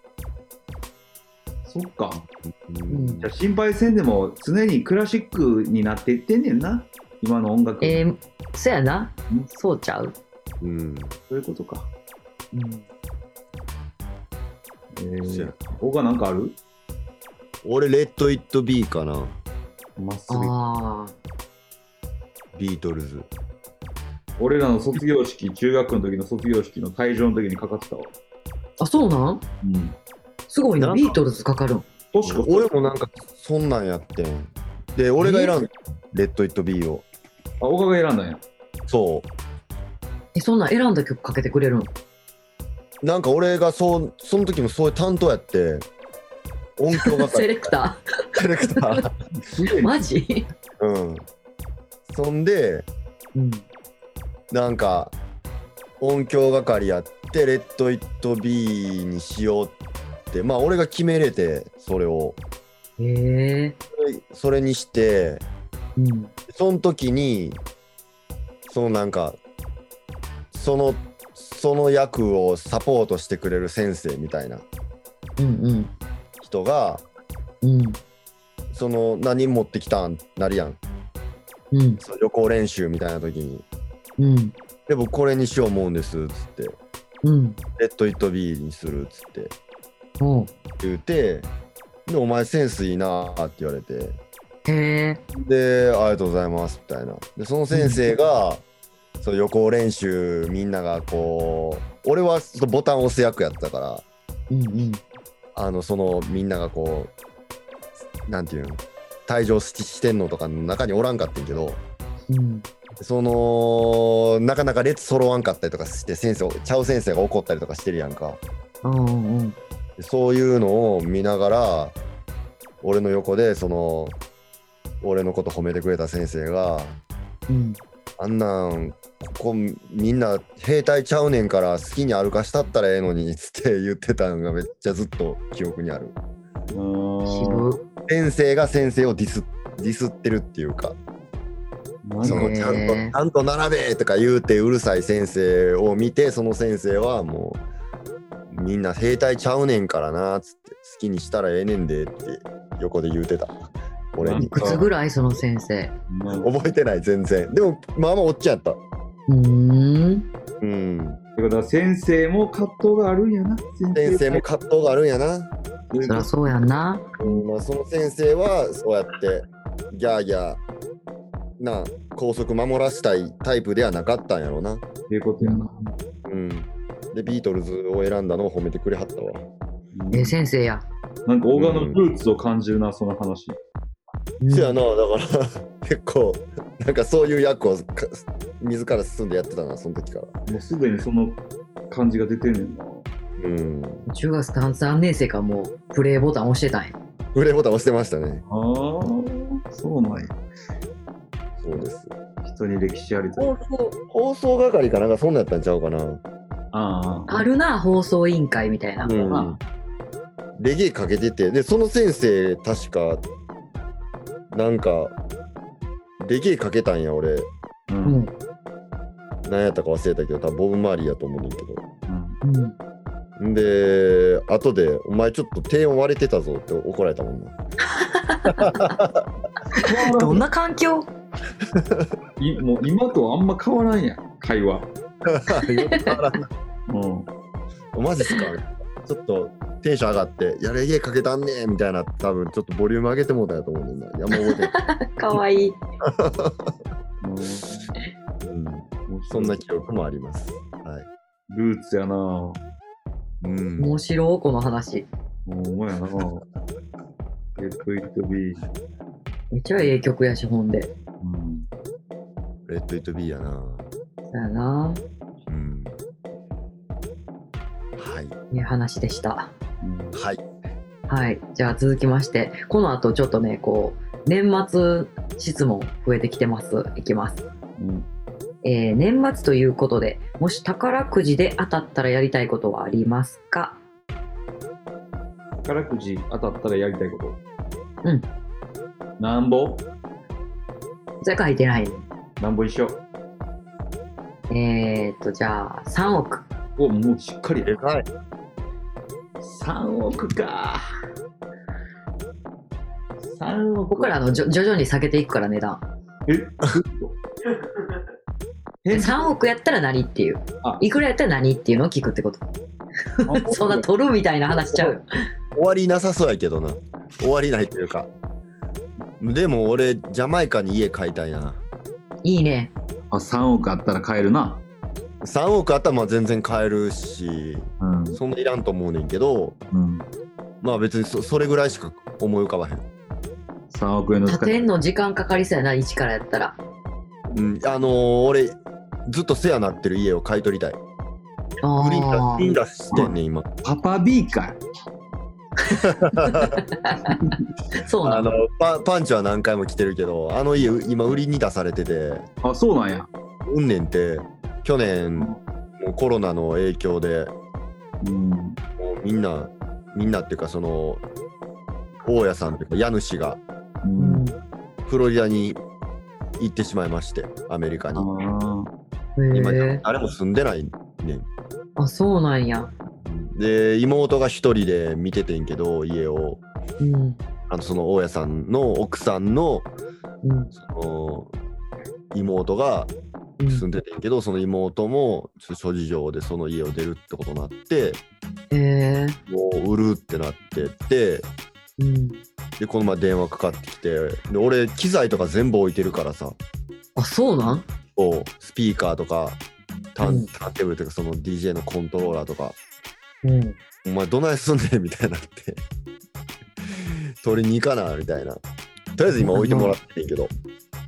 そっか。じゃあ心配せんでも常にクラシックになっていってんねんな、今の音楽。 そやな。そうちゃう。 そういうことか。他なんかある？ 俺レッド・イット・ビーかな。 まっすぐ。 ビートルズ。 俺らの卒業式、中学の時の卒業式の退場の時にかかってたわ。 そうなん？すごいな、ビートルズかかるん。 俺もなんかそんなんやってん。で、俺が選んだ、レッド・イット・ビーを。 あ、岡が選んだんや。 そう。 そんなん選んだ曲かけてくれるの？ なんか俺がその時もそういう担当やって、音響がセレクターマジ？ うん。そんで、なんか音響係やってレッド・イット・ビーにしようって、まあ俺が決めれて、それを。それにして、その時になんかその役をサポートしてくれる先生みたいな人が、何持ってきたんなるやん、その予行練習みたいな時に、で僕これにしよう思うんですっつって、レッド・イット・ビーにするっつって言うて、でお前センスいいなって言われて、でありがとうございますみたいな。でその先生が、その予行練習みんながこう、俺はそのボタンを押す役やったから、そのみんながこうなんていうの、退場してんのとかの中におらんかったんけど、そのなかなか列揃わんかったりとかして、ちゃう先生が怒ったりとかしてるやんか。そういうのを見ながら、俺の横で俺のこと褒めてくれた先生が、あんなんここみんな兵隊ちゃうねんから好きに歩かしたったらええのにつって言ってたのがめっちゃずっと記憶にある。先生が先生をディスってるっていうか、ちゃんと並べとか言うてうるさい先生を見て、その先生はもうみんな兵隊ちゃうねんからなつって、好きにしたらええねんでって横で言うてた。俺に。いくつぐらいその先生？ 覚えてない全然。でもまあまあおっちゃんやった。 だから先生も葛藤があるんやな。 先生も葛藤があるんやな。 そりゃそうやんな。 まあ、その先生はそうやってギャーギャー校則守らしたいタイプではなかったんやろうな。 っていうことやな。 でビートルズを選んだのを褒めてくれはったわ。 先生や。 なんかオガのルーツを感じるな、その話。 そやな、だから結構なんかそういう役を自ら進んでやってたな、その時から。 もうすでにその感じが出てんねんな。 中学3年生からもうプレイボタン押してたんや。 プレイボタン押してましたね。 そうなんや。 そうです。 人に歴史ありという。 放送係かなんかそんなんやったんちゃうかな。 あるな、放送委員会みたいな。 レゲエかけてて、でその先生確かなんかレゲエかけたんや俺。何やったか忘れたけど、多分ボブ・マーリーやと思うねんけど。で後でお前ちょっと低音割れてたぞって怒られたもんな。 どんな環境？ もう今とあんま変わらんやん、会話。 変わらんな。マジっすか。ちょっとテンション上がって「やれゲーかけたんね」みたいな、多分ちょっとボリューム上げてもうたやと思うねんな。いやもう覚えてない。 かわいい。 そんな記憶もあります。 ルーツやな。 面白いこの話。 お前やな。ゲットイットビー。 めっちゃええ曲やし、ほんで。 レッドイットビーやな。 そうやな。いい話でした。はい。じゃあ続きまして、この後ちょっとね、こう年末質問増えてきてます。いきます。年末ということで、もし宝くじで当たったらやりたいことはありますか？ 宝くじ当たったらやりたいこと。なんぼ？ それ書いてない。 なんぼ一緒。 じゃあ3億。 もうしっかり。 でかい。 3億か。3億。 僕ら徐々に下げていくから値段。3億やったら何っていう。いくらやったら何っていうのを聞くってこと。そんな取るみたいな話しちゃう。 終わりなさそうやけどな。終わりないというか。でも俺ジャマイカに家買いたいな。 いいね。 3億あったら買えるな。 3億あったらまあ全然買えるし、そんないらんと思うねんけど、 まあ別にそれぐらいしか思い浮かばへん。 3億円の建てんの時間かかりそうやな、一からやったら。 うん、俺ずっと世話なってる家を買い取りたい。グリーン出してんねん今。 パパ B かい。 そうなの。 パンチは何回も来てるけど、あの家今売りに出されてて。 あ、そうなんや。 うんねんて去年もうコロナの影響で、もうみんなっていうかその大家さんっていうか家主がフロリダに行ってしまいまして、アメリカに。今誰も住んでないねん。 あ、そうなんや。 で妹が一人で見ててんけど家を、その大家さんの奥さんの、その妹が住んでてんけど、その妹も諸事情でその家を出るってことになって、もう売るってなってて、でこの前電話かかってきて、で俺機材とか全部置いてるからさ。 あ、そうなん？ スピーカーとかターンテーブルとかその DJ のコントローラーとか、お前どないすんねんみたいになって取りに行かなみたいな。とりあえず今置いてもらってんけど、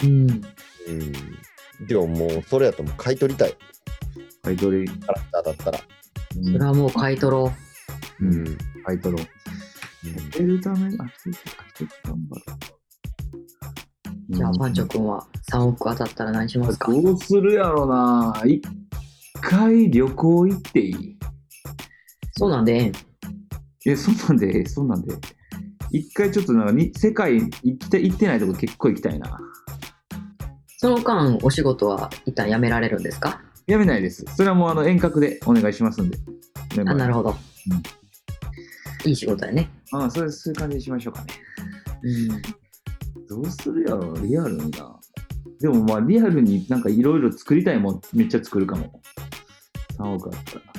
でももうそれやったらもう買い取りたい。 買い取り当たったら、 それはもう買い取ろう。買い取ろう。得るためにじゃあパンチョ君は3億当たったら何しますか？ どうするやろな。一回旅行行っていい？ そうなんで。 そうなんで。一回ちょっとなんか世界行ってないとこ結構行きたいな。 その間お仕事は一旦辞められるんですか？ 辞めないです。それはもう遠隔でお願いしますんで。 あ、なるほど。いい仕事やね。 そういう感じにしましょうかね。どうするやろ、リアルにな。でもまあリアルになんかいろいろ作りたいもんめっちゃ作るかも。3億あったら。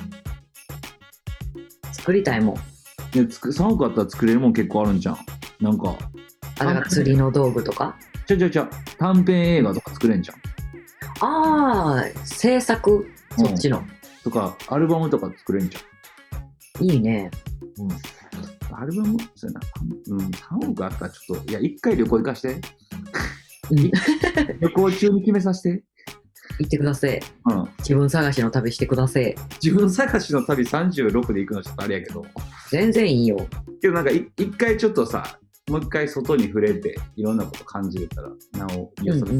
作りたいもん。 3億あったら作れるもん結構あるんじゃん。なんか。 だから釣りの道具とか。 短編映画とか作れんじゃん。 制作、そっちの。 とか、アルバムとか作れんじゃん。いいね。 アルバム、そうやな。3億あったらちょっと、一回旅行行かして。旅行中に決めさせて。 行ってください。自分探しの旅してください。 自分探しの旅36で行くのちょっとあれやけど。 全然いいよ。 けどなんか一回ちょっとさ、もう一回外に触れていろんなこと感じれたらなおよそ、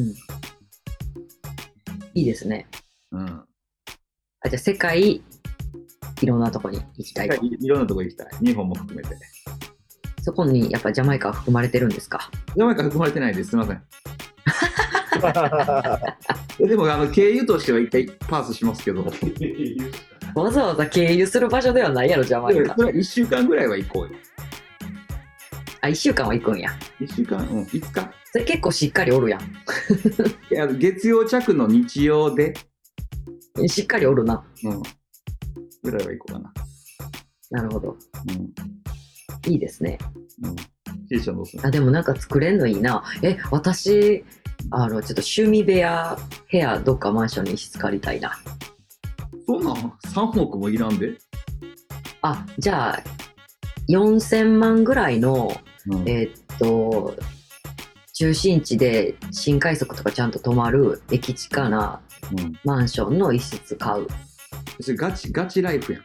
いいですね。じゃあ世界いろんなとこに行きたいと。 いろんなとこ行きたい。日本も含めて。 そこにやっぱジャマイカは含まれてるんですか？ ジャマイカ含まれてないです。すみません。でも経由としては一回パスしますけど。 わざわざ経由する場所ではないやろ、ジャマイカ。 それは1週間ぐらいは行こうよ。 1週間は行くんや。 1週間、5日。 それ結構しっかりおるやん。 月曜着の日曜で。 しっかりおるな。 ぐらいは行こうかな。 なるほど。いいですね。でもなんか作れんのいいな。私、ちょっと趣味部屋、部屋、どっかマンションに一室借りたいな。 そうなん？ 3 億もいらんで？ じゃあ、4000万ぐらいの、中心地で新快速とかちゃんと止まる駅近なマンションの一室買う。 それガチライフやん。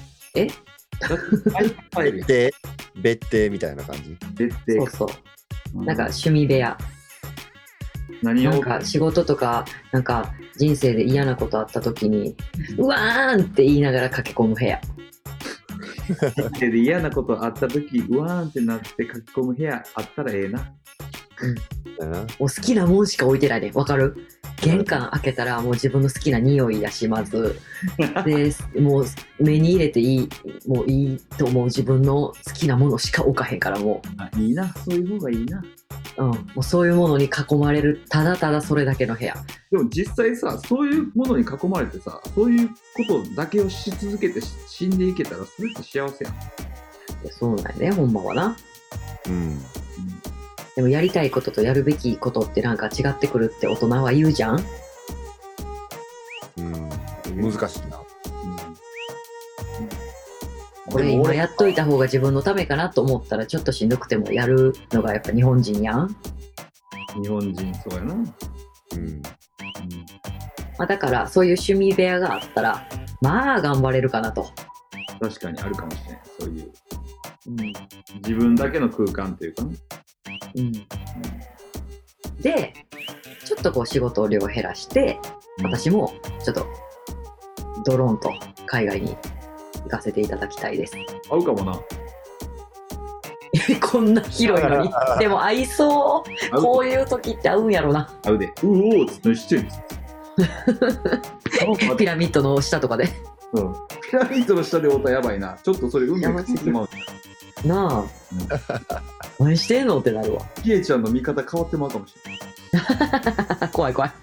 別邸みたいな感じ。 そう。なんか趣味部屋。なんか仕事とかなんか人生で嫌なことあった時にうわーんって言いながら駆け込む部屋。 で嫌なことあった時うわーんってなって書き込む部屋あったらええな。 もう好きなもんしか置いてないね。わかる？玄関開けたらもう自分の好きな匂いやし、まずでもう目に入れてもういいと思う自分の好きなものしか置かへんから。もういいな、そういう方がいいな。 もうそういうものに囲まれるただただそれだけの部屋。 でも実際さ、そういうものに囲まれてさ、そういうことだけをし続けて死んでいけたらそれって幸せやん。 そうなんやね、ほんまはな。でもやりたいこととやるべきことってなんか違ってくるって大人は言うじゃん。 難しいな。 これ今やっといた方が自分のためかなと思ったらちょっとしんどくてもやるのがやっぱ日本人やん。 日本人そうやな。 まあ、だからそういう趣味部屋があったらまあ頑張れるかなと。 確かにあるかもしれない。そういう、自分だけの空間っていうかね。 でちょっとこう仕事量を減らして、私もちょっとドローンと海外に行かせていただきたいです。 合うかもな。 こんな広いのに。でも合いそう。こういう時って合うんやろな。 合うで。うおーっつってしてる。 ピラミッドの下とかで。 ピラミッドの下でおったらやばいな。ちょっとそれ運命がついてまう。 なあ。何してんのってなるわ。 キエちゃんの見方変わってまうかもしれない。 怖い怖い。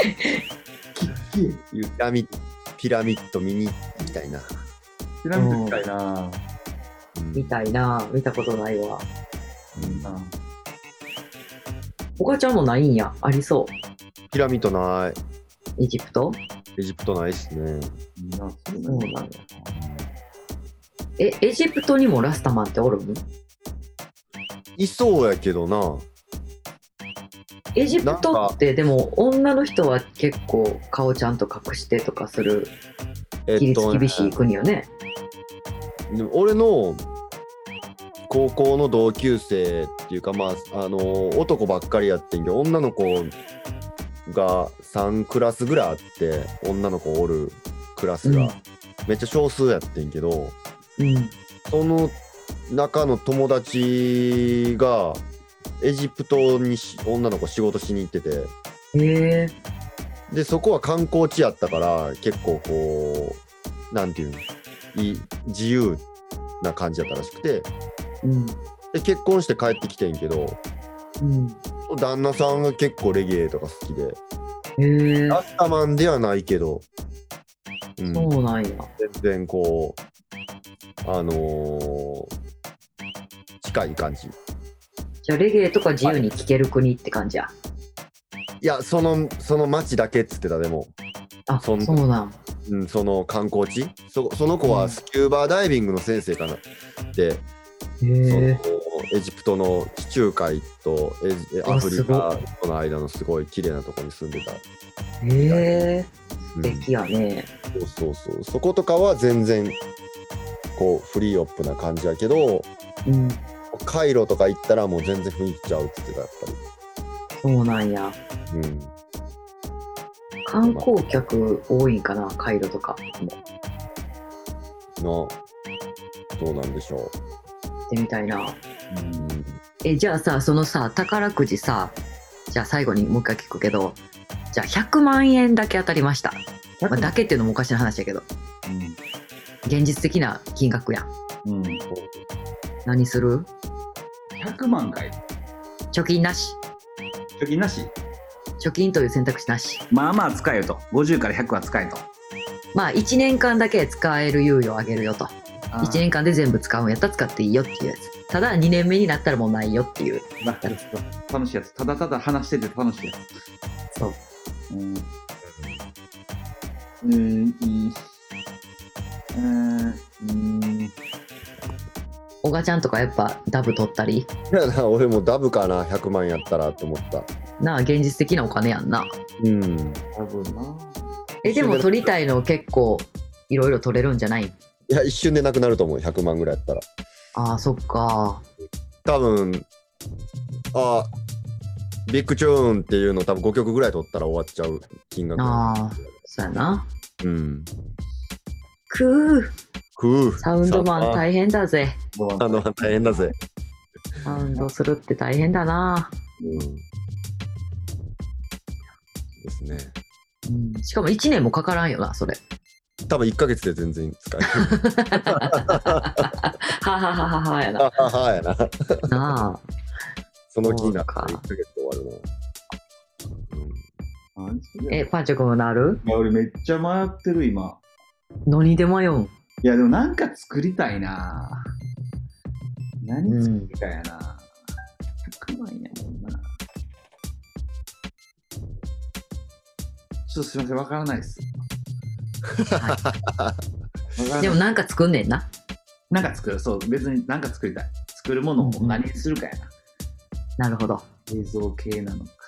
ピラミッド見に行きたいな。 ピラミッドみたいな。 みたいな。見たことないわ。おかちゃんもないんや。ありそう。 ピラミッドない。 エジプトないっすね。 そうなんや。エジプトにもラスタマンっておるん？ いそうやけどな。 エジプトってでも女の人は結構顔ちゃんと隠してとかする規律厳しい国よね。 俺の高校の同級生っていうか、まあ男ばっかりやってんけど、女の子が3クラスぐらいあって、女の子おるクラスがめっちゃ少数やってんけど、その中の友達がエジプトに女の子仕事しに行ってて、でそこは観光地やったから結構こうなんていうの、自由な感じやったらしくて、で結婚して帰ってきてんけど、旦那さんが結構レゲエとか好きで、ラスタマンではないけど、 そうなんや。 全然こう近い感じ。 じゃあレゲエとか自由に聴ける国って感じや。 いや、その町だけっつってた。でもそうなん。 その観光地、その子はスキューバーダイビングの先生かな。で、そのエジプトの地中海とアフリカとの間のすごい綺麗なところに住んでた。 素敵やね。 そう。そことかは全然こうフリーオップな感じやけど、カイロとか行ったらもう全然雰囲気ちゃうっつってた。やっぱりそうなんや。観光客多いんかな、カイロとかどうなんでしょう。 行ってみたいな。じゃあさ、そのさ宝くじさ、じゃあ最後にもう一回聞くけど、じゃあ100万円だけ当たりました。だけっていうのもおかしな話やけど、現実的な金額やん。何する ？100万かい。 貯金なし。 貯金なし。 貯金という選択肢なし。 まあまあ使えよと。50から100は使えと。 まあ1年間だけ使える猶予をあげるよと。1年間で全部使うんやったら使っていいよっていうやつ。ただ2年目になったらもうないよっていうやつ。楽しいやつ。ただただ話してて楽しいやつ。 そう。おがちゃんとかやっぱダブ取ったり。 いやな、俺もダブかな、100万やったらって思った。 なあ、現実的なお金やんな。 多分な。 でも取りたいの結構いろいろ取れるんじゃない？いや、一瞬でなくなると思う。100万ぐらいやったら。 そっか。 多分ビッグチューンっていうの多分5曲ぐらい取ったら終わっちゃう金額。 そうやな。サウンドマン大変だぜ。 大変だぜ。 サウンドするって大変だな。 ですね。 しかも1年もかからんよな、それ。 多分1ヶ月で全然使える。 はやな。 やな。 なあ。 その気になったら1ヶ月で終わるな。 パンチョ君はなる？ 俺めっちゃ迷ってる今。 何で迷うん？ いやでもなんか作りたいな。何作りたいやな。100万やもんな。ちょっとすいません、わからないっす。 でもなんか作んねんな。 なんか作る、そう、別になんか作りたい。作るものを何にするかやな。なるほど。 映像系なのか。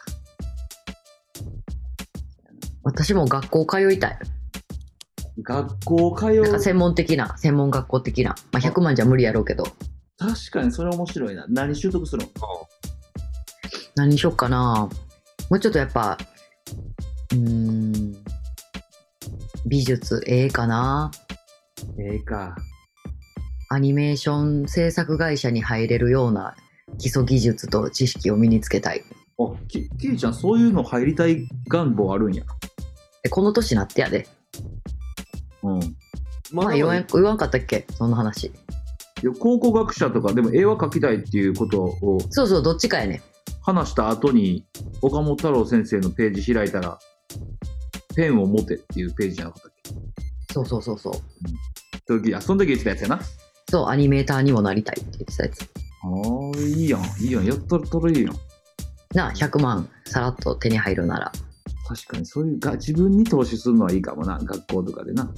私も学校通いたい。 学校通う。 なんか専門学校的な。まあ、100万じゃ無理やろうけど。 確かにそれ面白いな。何習得するの？ 何しよっかな。もうちょっとやっぱ、美術、絵かな。 絵か。 アニメーション制作会社に入れるような基礎技術と知識を身につけたい。 キイちゃん、そういうの入りたい願望あるんや。 この年なってやで。 うん。 まあ言わんかったっけその話。いや、考古学者とかでも絵は描きたいっていうことをそうどっちかやね。 話した後に岡本太郎先生のページ開いたらペンを持てっていうページじゃなかったっけ？ そう、 その時言ってたやつやな。 そう、アニメーターにもなりたいって言ってたやつ。 ああ、いいやん、やったらいいやん。 なあ、100万さらっと手に入るなら。 確かにそういう自分に投資するのはいいかもな、学校とかでな。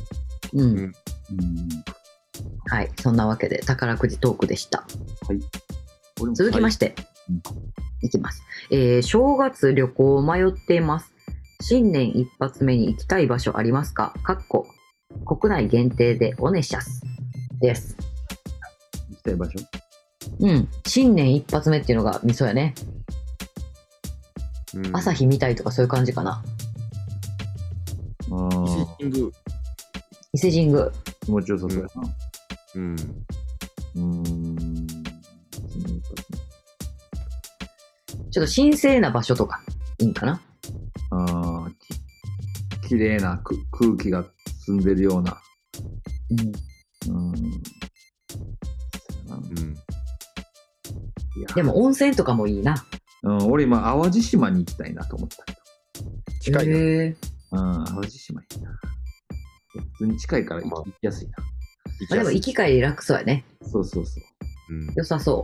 はい、そんなわけで宝くじトークでした。 はい。 続きまして、いきます。正月旅行迷っています。新年一発目に行きたい場所ありますか？国内限定でおねしゃすです。 行きたい場所？ 新年一発目っていうのがミソやね。朝日見たいとかそういう感じかな。伊勢神宮。 気持ちよさそうやな。 ちょっと神聖な場所とかいいんかな。 綺麗な空気が澄んでるような。 でも温泉とかもいいな。 俺今淡路島に行きたいなと思った。 近いな。 淡路島いいな。普通に近いから行きやすいな。 でも行き帰り楽そうやね。 そう。 良さそう。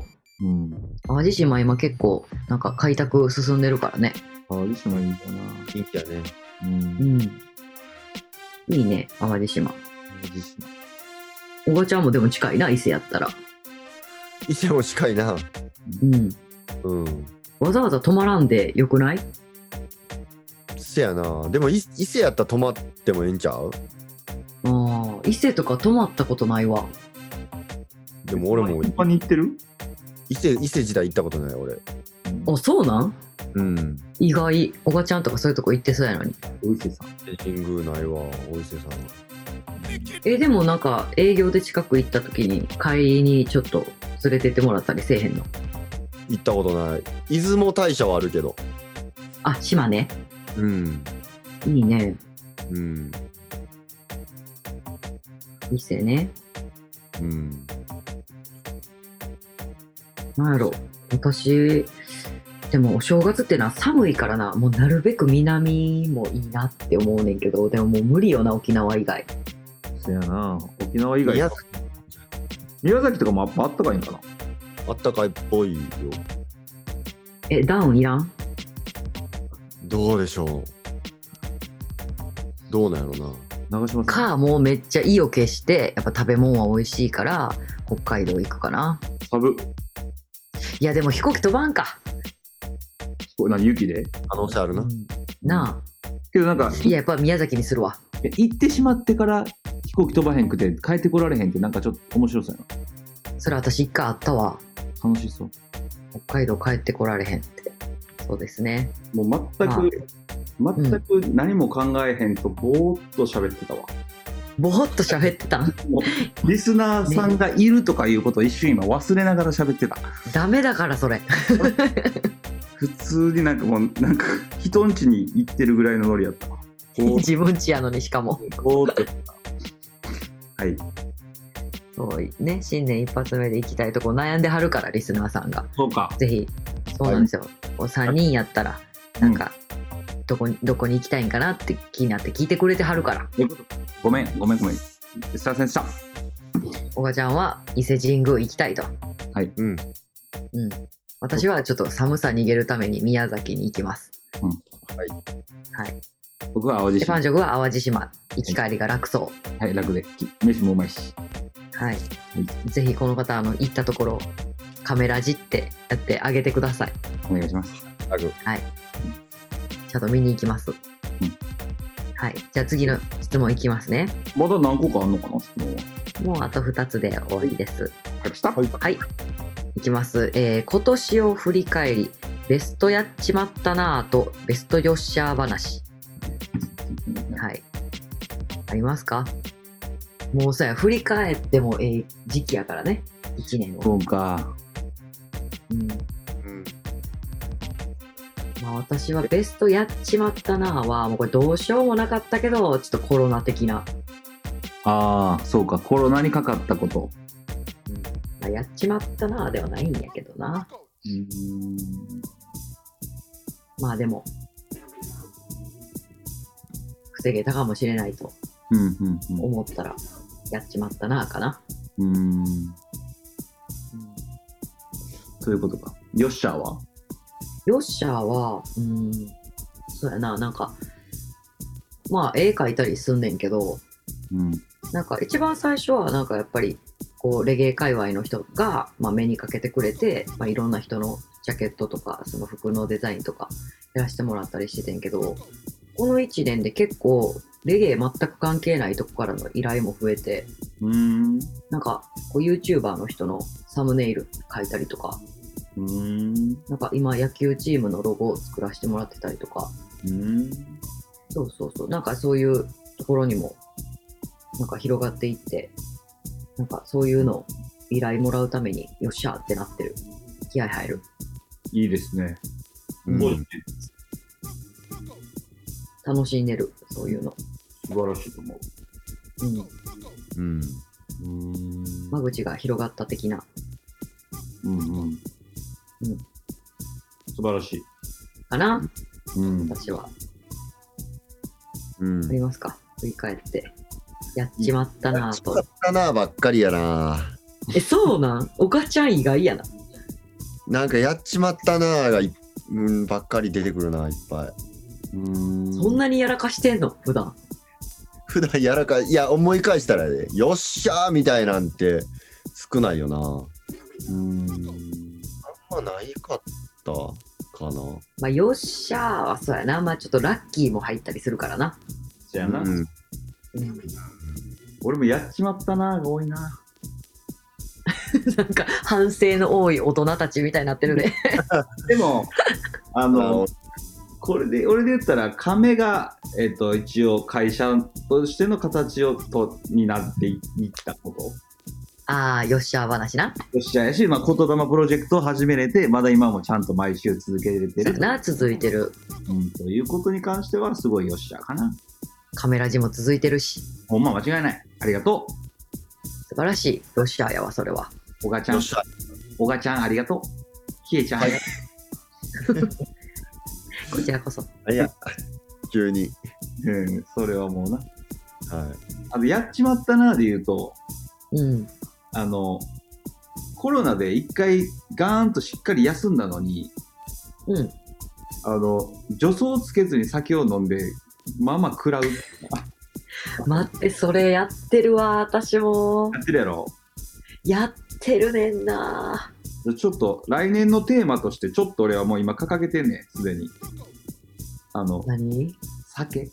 淡路島今結構なんか開拓進んでるからね。 淡路島いいかな。 いいやね。 いいね、淡路島。おばちゃんもでも近いな、伊勢やったら。 伊勢も近いな。 わざわざ泊まらんでよくない？ せやな。でも伊勢やったら泊まってもええんちゃう？ 伊勢とか泊まったことないわ。 でも俺も一般に行ってる？ 伊勢自体行ったことない俺。 あ、そうなん？意外。おばちゃんとかそういうとこ行ってそうやのに。 お伊勢さん。 神宮ないわ、お伊勢さん。 でもなんか営業で近く行った時に帰りにちょっと連れてってもらったりせえへんの？ 行ったことない。出雲大社はあるけど。 あ、島根？いいね。伊勢ね。なんやろ、私でもお正月ってのは寒いからな、もうなるべく南もいいなって思うねんけど、でももう無理よな、沖縄以外。 そやな、沖縄以外。宮崎とかもあったかいんかな？ あったかいっぽいよ。 ダウンいらん？ どうでしょう。どうなんやろな。 長島さん。 もうめっちゃ意を決してやっぱ食べ物は美味しいから北海道行くかな。いやでも飛行機飛ばんか。 雪で？ 可能性あるな。 なあ。 けどなんかいややっぱ宮崎にするわ。 行ってしまってから飛行機飛ばへんくて帰ってこられへんってなんかちょっと面白そうやな。それ私一回あったわ。 楽しそう。 北海道帰ってこられへんって。そうですね。 もう全く何も考えへんとぼーっと喋ってたわ。 ぼーっと喋ってたん？ リスナーさんがいるとかいうことを一瞬今忘れながら喋ってた。 ダメだからそれ。 普通になんか人ん家に行ってるぐらいのノリやったわ。 自分家やのにしかも。 ぼーっと。はい。 そうね、新年一発目で行きたいとこ悩んではるからリスナーさんが。 そうか。 ぜひ、そうなんですよ。3人やったらなんか、どこに行きたいんかなって気になって聞いてくれてはるから。 ごめん。すいませんでした。 おばちゃんは伊勢神宮行きたいと。 はい。 私はちょっと寒さ逃げるために宮崎に行きます。はい。 僕は淡路島。 パンジョグは淡路島。行き帰りが楽そう。 はい、楽で。飯もうまいし。 はい。ぜひこの方行ったところカメラじってやってあげてください。 お願いします。 はい。ちゃんと見に行きます。はい。じゃあ次の質問いきますね。 まだ何個かあんのかな、質問は。 もうあと2つで終わりです。 はい。 いきます。今年を振り返り、ベストやっちまったなぁとベストヨッシャー話。はい。ありますか？もうさ、振り返っても時期やからね。1年を。 そうか。 まあ私はベストやっちまったなぁは、もうこれどうしようもなかったけど、ちょっとコロナ的な。 ああ、そうか。コロナにかかったこと。 まあ、やっちまったなぁではないんやけどな。まあでも、防げたかもしれないと思ったら、やっちまったなぁかな。 そういうことか。ヨッシャーは？ ヨッシャーは、そうやな、なんか、まあ絵描いたりすんねんけど、なんか一番最初はなんかやっぱりこうレゲエ界隈の人が、まあ、目にかけてくれて、まあ、いろんな人のジャケットとかその服のデザインとかやらせてもらったりしててんけど、この1年で結構レゲエ全く関係ないとこからの依頼も増えて、なんかこう YouTuber の人のサムネイル描いたりとか、なんか今野球チームのロゴを作らせてもらってたりとか、そうなんかそういうところにもなんか広がっていって、なんかそういうのを依頼もらうためによっしゃーってなってる。気合入る。 いいですね。 楽しんでる、そういうの。 素晴らしいと思う。 間口が広がった的な。 素晴らしい。 かな、私は。ありますか？振り返って。やっちまったなぁと。 やっちまったなぁばっかりやな。 そうなん？おかちゃん意外やな。 なんかやっちまったなぁがばっかり出てくるな、いっぱい。 そんなにやらかしてんの？普段やらかいや、思い返したらね、よっしゃーみたいなんて少ないよな。あんまないかったかな。 まあよっしゃーはそうやな。まあちょっとラッキーも入ったりするからな。 そうやな。俺もやっちまったなが多いな。 なんか反省の多い大人たちみたいになってるね。 でもこれで俺で言ったら亀が一応会社としての形になっていったこと。 ああ、よっしゃー話な。 よっしゃーやし、まあ、言霊プロジェクトを始めれて、まだ今もちゃんと毎週続けれてる。 続いてる。 ということに関してはすごいよっしゃーかな。 カメラ字も続いてるし。 ほんま間違いない。ありがとう。 素晴らしい。よっしゃーやわ、それは。 おがちゃん。おがちゃん、ありがとう。ひえちゃん、ありがとう。 こちらこそ。 いや、急に。 それはもうな。 はい。 やっちまったなで言うと、コロナで一回ガーンとしっかり休んだのに、助走つけずに酒を飲んで、まあまあ食らう。 待って、それやってるわ、私も。 やってるやろ？ やってるねんな。 ちょっと来年のテーマとしてちょっと俺はもう今掲げてんねん、すでに。 何？ 酒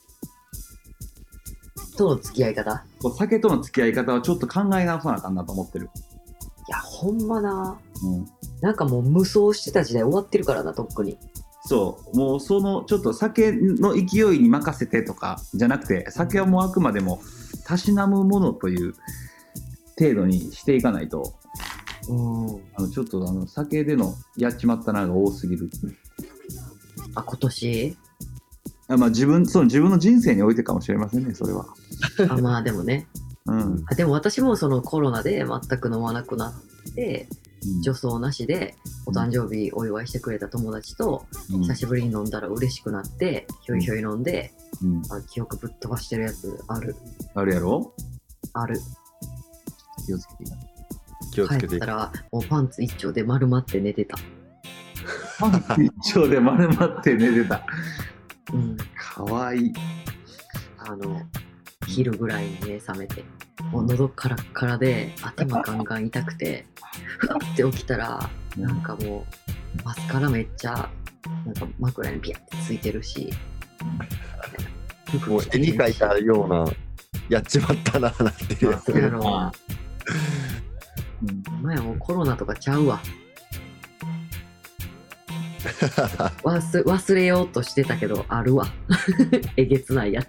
との付き合い方？ 酒との付き合い方はちょっと考え直さなあかんなと思ってる。 いや、ほんまな。なんかもう無双してた時代終わってるからな、とっくに。 そう、もうちょっと酒の勢いに任せてとかじゃなくて、酒はもうあくまでもたしなむものという程度にしていかないと、ちょっと酒でのやっちまったなが多すぎる。 今年？ まあ自分の人生においてかもしれませんね、それは。 まあでもね。でも私もそのコロナで全く飲まなくなって、助走なしでお誕生日お祝いしてくれた友達と久しぶりに飲んだら嬉しくなってひょいひょい飲んで、記憶ぶっ飛ばしてるやつある。 あるやろ？ ある。 気をつけていかない。 気をつけて。 帰ったらもうパンツ一丁で丸まって寝てた。 パンツ一丁で丸まって寝てた。かわいい。 昼ぐらいに目覚めて、もう喉カラッカラで頭ガンガン痛くてふわって起きたらなんかもうマスカラめっちゃなんか枕にピヤってついてるし、 もう絵に描いたようなやっちまったななってるやつやろうな。前もうコロナとかちゃうわ。忘れようとしてたけどあるわ。えげつないやつ。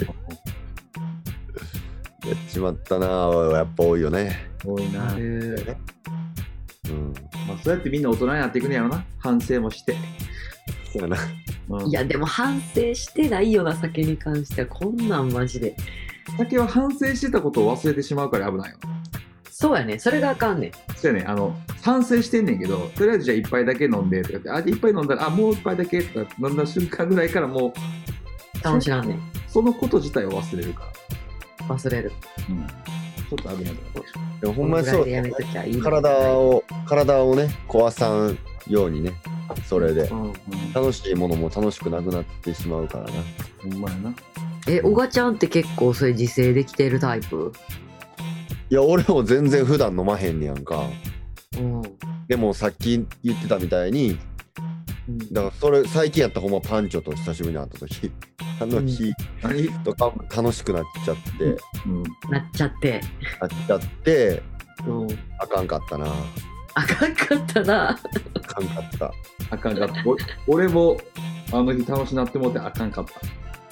やっちまったなやっぱ多いよね。 多いな。 ある。 まあ、そうやってみんな大人になっていくんやろな。反省もして。 そうやな。 いやでも反省してないよな、酒に関しては。こんなんマジで。 酒は反省してたことを忘れてしまうから危ないよ。 そうやね、それがあかんねん。 そうやね、反省してんねんけど、とりあえずじゃあ一杯だけ飲んでとかって、あ、一杯飲んだら、あ、もう一杯だけとか飲んだ瞬間ぐらいからもう、 楽しらんねん。 そのこと自体を忘れるから。 忘れる。 ちょっと危ないと思う。 でもほんまにそう。 やめときゃいい体をね、壊さんようにね、それで。楽しいものも楽しくなくなってしまうからな。 ほんまやな。 おがちゃんって結構それ自制できてるタイプ？ いや、俺も全然普段飲まへんねやんか。 うんでもさっき言ってたみたいに、だからそれ最近やったらほんまパンチョと久しぶりに会った時、あの日とか楽しくなっちゃって、 なっちゃって、 あかんかったな。 あかんかったな。 あかんかった。 あかんかった。俺もあの日楽しなってもってあかんかった。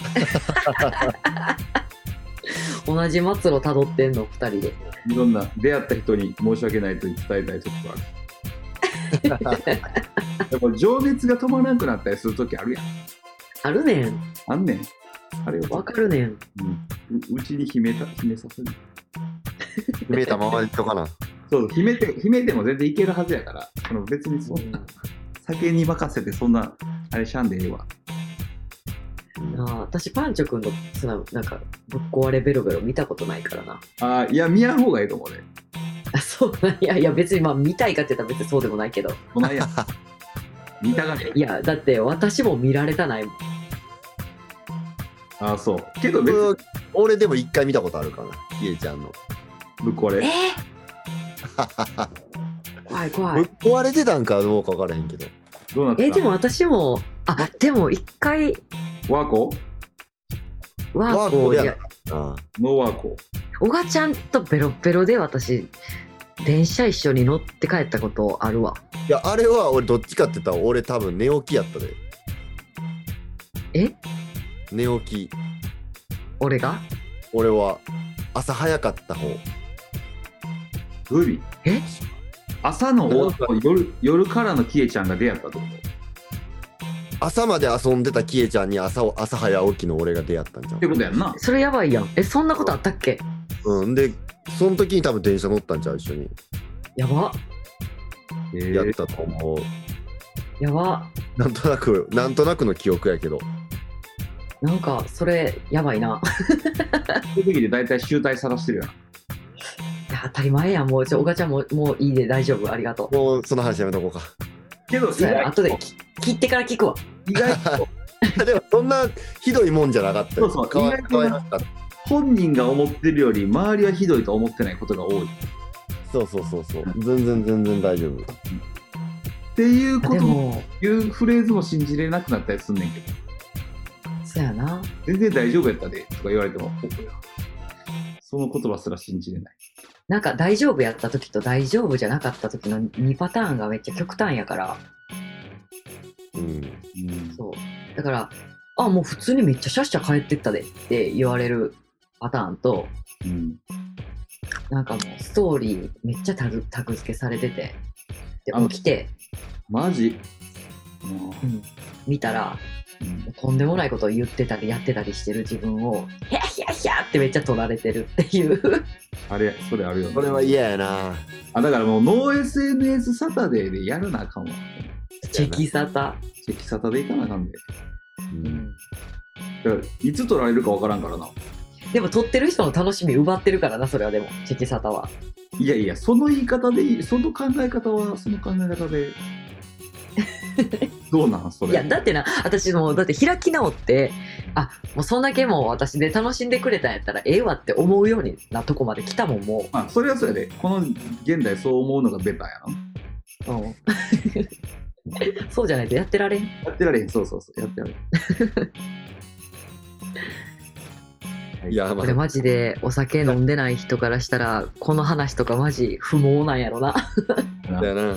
同じ末路たどってんの2人で。 いろんな出会った人に申し訳ないと伝えたい時もある。やっぱ情熱が止まらなくなったりする時あるやん。 あるねん。 あんねん。あれわかるねん。 うちに秘めさせる。 秘めたままにとかな。 そう、秘めても全然いけるはずやから、別にそんな、酒に任せてそんな、あれしゃんでええわ。 私パンチョ君のなんかぶっ壊れベロベロ見たことないからな。 いや見やん方がいいと思うね。 そうなんや。いや別に見たいかって言ったら別にそうでもないけど。 こないやん。見たがね。 いやだって私も見られたないもん。 そう。けど別に俺でも一回見たことあるかな、ひえちゃんのぶっ壊れ。 怖い怖い。 ぶっ壊れてたんかどうか分からへんけど。 どうなった？ でも私もでも一回ワーコいやノーワーコ。 おがちゃんとベロベロで私電車一緒に乗って帰ったことあるわ。 いやあれは俺どっちかって言ったら俺多分寝起きやったで。寝起き。 俺は朝早かった方。 グビ。朝の夜からのキエちゃんが出会ったってこと？ 朝まで遊んでたキエちゃんに朝早起きの俺が出会ったんじゃん。 ってことやんな。 それやばいやん。そんなことあったっけ？ でその時に多分電車乗ったんちゃう一緒に。 やば。 やったと思う。 やば。 なんとなくの記憶やけど。 なんかそれやばいな。 そういう時で大体集大さらしてるやん。 いや当たり前やん。もうおがちゃんもういいで大丈夫、ありがとう。 もうその話やめとこうか。 けど後で切ってから聞くわ。 意外とでもそんなひどいもんじゃなかったよ。 そう変わりました。 本人が思ってるより周りはひどいと思ってないことが多い。 そう全然大丈夫っていうこともいうフレーズも信じれなくなったりすんねんけど。 そうやな。 全然大丈夫やったでとか言われてもその言葉すら信じれない。 なんか大丈夫やった時と大丈夫じゃなかった時の2パターンがめっちゃ極端やから。そうだからもう普通にめっちゃシャッシャ帰ってったでって言われるパターンと、なんかもうストーリーめっちゃタグ付けされててで起きてマジ、 見たら、とんでもないことを言ってたりやってたりしてる自分をヒャヒャヒャってめっちゃ撮られてるっていうそれあるよね。 それは嫌やな。 だからもうノー SNS サタデーでやらなあかんわ。 チェキサタでいかなあかんで。だからいつ撮られるかわからんからな。 でも撮ってる人の楽しみ奪ってるからな、それは。でもチェキサタは。 いやその言い方でいい。その考え方はその考え方でどうなんそれ。 いやだってな、私もだって開き直って、もうそんだけもう私で楽しんでくれたんやったらええわって思うようになとこまで来たもん、もう。 それはそうやで。この現代そう思うのがベターやうん。そうじゃないとやってられん。 やってられへん。そうやってられへん。 いや、 これマジでお酒飲んでない人からしたらこの話とかマジ不毛なんやろな。 だな。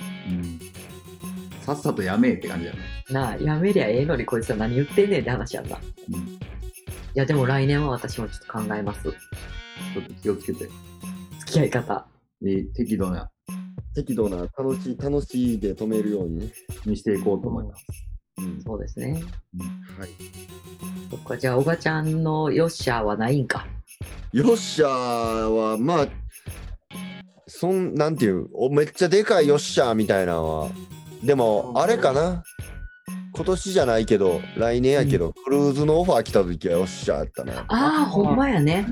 さっさとやめえって感じやなあ、やめりゃええのにこいつは何言ってんねんって話やんな。いやでも来年は私もちょっと考えます。 ちょっと気をつけて。 付き合い方。 適度な楽しいで止めるようにね。 にしていこうと思います。 そうですね。 はい。 そっか、じゃあおばちゃんのよっしゃーはないんか。 よっしゃーはまあなんていうめっちゃでかいよっしゃーみたいなのはでもあれかな、今年じゃないけど来年やけど、クルーズのオファー来た時はよっしゃーやったな。 ほんまやね。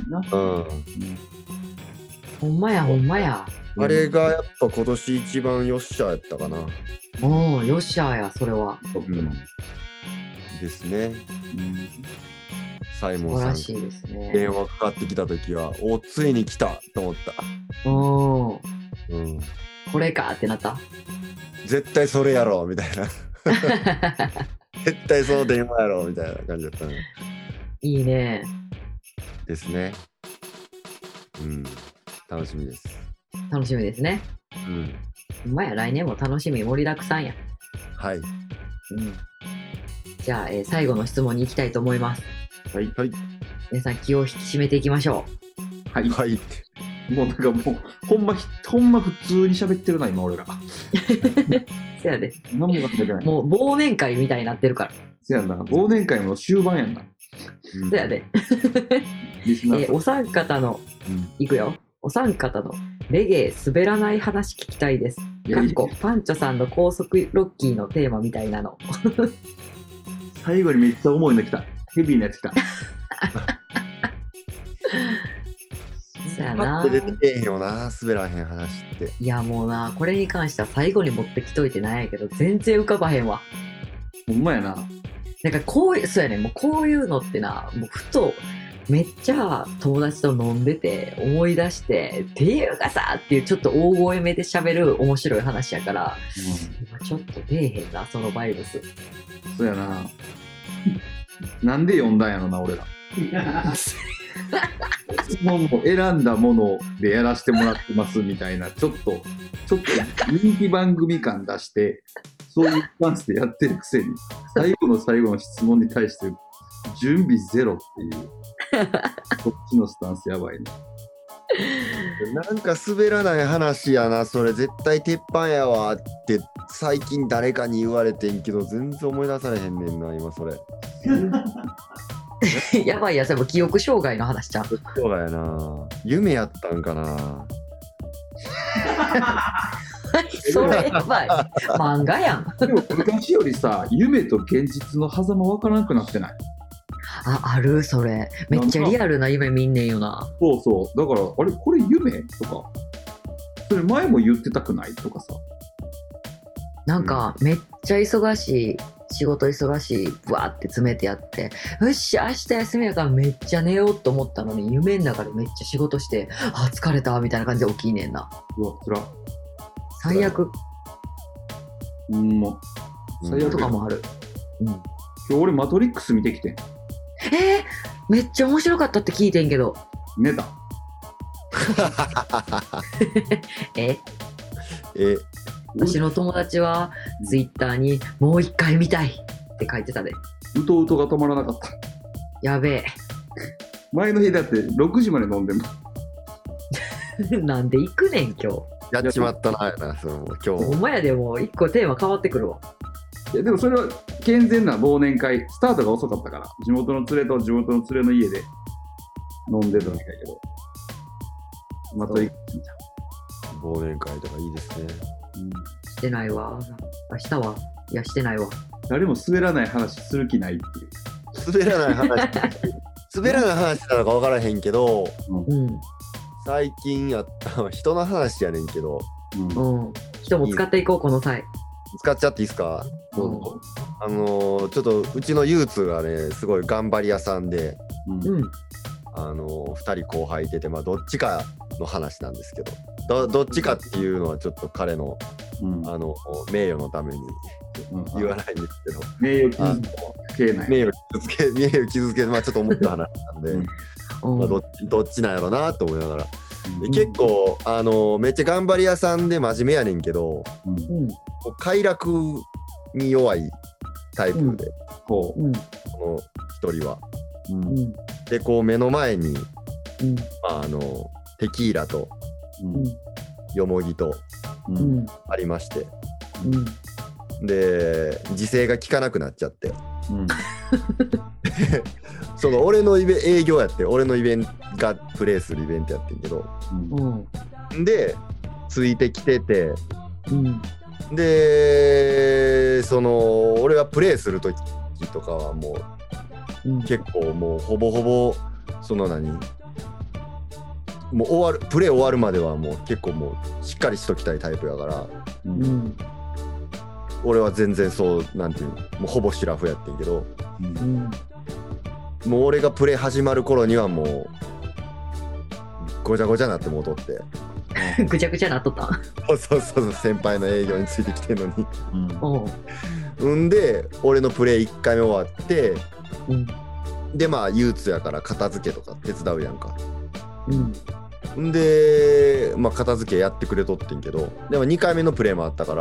ほんまや。 あれがやっぱ今年一番よっしゃーやったかな。 よっしゃーや、それは。 ですね。サイモンさん、 素晴らしいですね。 電話かかってきた時はついに来たと思った。 これかってなった。 絶対それやろみたいな。絶対その電話やろみたいな感じだったね。 いいね。 ですね。楽しみです。 楽しみですね。ほんまや、来年も楽しみ盛りだくさんや。 はい。 じゃあ、最後の質問に行きたいと思います。 はい。 皆さん気を引き締めていきましょう。はい。もうなんかもうほんま普通に喋ってるな今俺ら。 せやで。 何も考えてない。 もう忘年会みたいになってるから。 せやな。忘年会の終盤やんな。 せやで。お三方の、いくよ。お三方のレゲエ滑らない話聞きたいです。パンチョさんの高速ロッキーのテーマみたいなの。 最後にめっちゃ重いの来た。ヘビーなやつ来た。 そうやな。 出てけえへんよな、滑らへん話って。 いやもうな、これに関しては最後に持ってきといてないけど、全然浮かばへんわ。 ほんまやな。 なんかそうやね、もうこういうのってな、もうふと、めっちゃ友達と飲んでて思い出してっていうかさっていうちょっと大声目で喋る面白い話やから、今ちょっと出えへんな、そのバイブス。 そうやな。なんで読んだんやろな俺ら。もう選んだものでやらせてもらってますみたいなちょっと人気番組感出してそういうスタンスでやってるくせに最後の質問に対して準備ゼロっていうこっちのスタンスやばいね。 なんか滑らない話やな、それ絶対鉄板やわって最近誰かに言われてんけど全然思い出されへんねんな今それ。 やばいやつ、記憶障害の話ちゃう。 そうだよな。夢やったんかな。 それやばい。漫画やん。 でも昔よりさ、夢と現実の狭間分からなくなってない？ あるそれ。めっちゃリアルな夢見んねんよな。 そう。だからあれこれ夢とか、それ前も言ってたくないとかさ。 なんかめっちゃ忙しい。仕事忙しい、ブワーって詰めてやって、よし、明日休みやからめっちゃ寝ようと思ったのに、夢の中でめっちゃ仕事して、疲れたみたいな感じで起きんねんな。 うわ、つら。 最悪。 最悪とかもある。 今日俺マトリックス見てきてん。 めっちゃ面白かったって聞いてんけど。 寝た。 私の友達はツイッターにもう一回見たいって書いてたで。 うとうとが止まらなかった。 やべえ。 前の日だって6時まで飲んでんの。なんで行くねん今日。 やっちまったなその今日。 ほんまやでも一個テーマ変わってくるわ。 いやでもそれは健全な忘年会、スタートが遅かったから地元の連れと地元の連れの家で飲んでたんだけど、また行くみたいな。忘年会とかいいですね。 してないわ。明日は、いやしてないわ。 誰も滑らない話する気ないっていう。 滑らない話なのか分からへんけど、最近やった人の話やねんけど、 人も使っていこうこの際。 使っちゃっていいですか？ どうぞ。 ちょっとうちのユーツがねすごい頑張り屋さんで、2人後輩いてて、まあどっちかの話なんですけど、どっちかっていうのはちょっと彼の、名誉のために言わないんですけど、 名誉傷つけない。 名誉傷つけ、まあちょっと思った話なんで、まあ、どっちなんやろなと思いながら、で結構めっちゃ頑張り屋さんで真面目やねんけど、快楽に弱いタイプで、この一人は。でこう目の前に、テキーラと、よもぎと、ありまして、で自制が効かなくなっちゃって、その俺の営業やって、俺のイベントがプレイするイベントやってんけど、でついてきてて、で俺がプレイする時とかはもう、結構もうほぼほぼもうプレイ終わるまではもう結構もうしっかりしときたいタイプやから、俺は全然そうなんていう、もうほぼシラフやってんけど、もう俺がプレイ始まる頃にはもうごちゃごちゃなって戻ってぐちゃぐちゃなっとった。 そう先輩の営業についてきてんのに、で俺のプレイ1回目終わって、でまあ憂鬱やから片付けとか手伝うやんか、でまあ片付けやってくれとってんけど、でも2回目のプレイもあったから、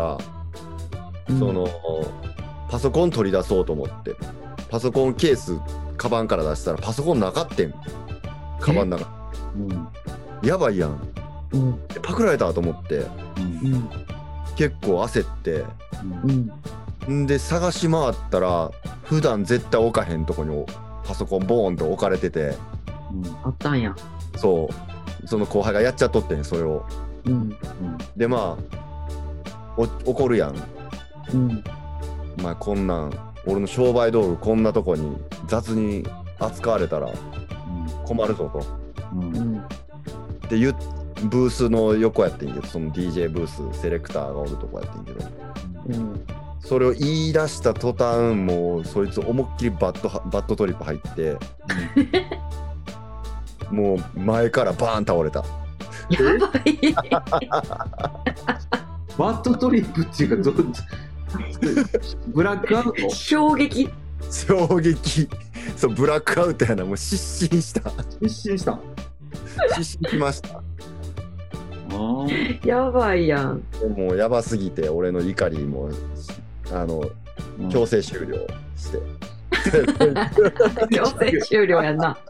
パソコン取り出そうと思ってパソコンケースカバンから出したらパソコンなかってん、カバンの中、やばいやん、パクられたと思って、結構焦って、で探し回ったら普段絶対置かへんとこにパソコンボーンと置かれてて、 あったんや。 その後輩がやっちゃっとってんそれを、でまあ怒るやん、まあこんなん俺の商売道具こんなとこに雑に扱われたら困るぞと、でブースの横やってんけど、その DJ ブースセレクターがおるとこやってんけど、それを言い出した途端もうそいつ思いっきりバットトリップ入って、もう前からバーン倒れた。 やばい。 バットトリップっていうかブラックアウト、 衝撃そうブラックアウトやな、もう失神した失神しました。 やばいやん。 もうやばすぎて俺の怒りも強制終了して強制終了やんな。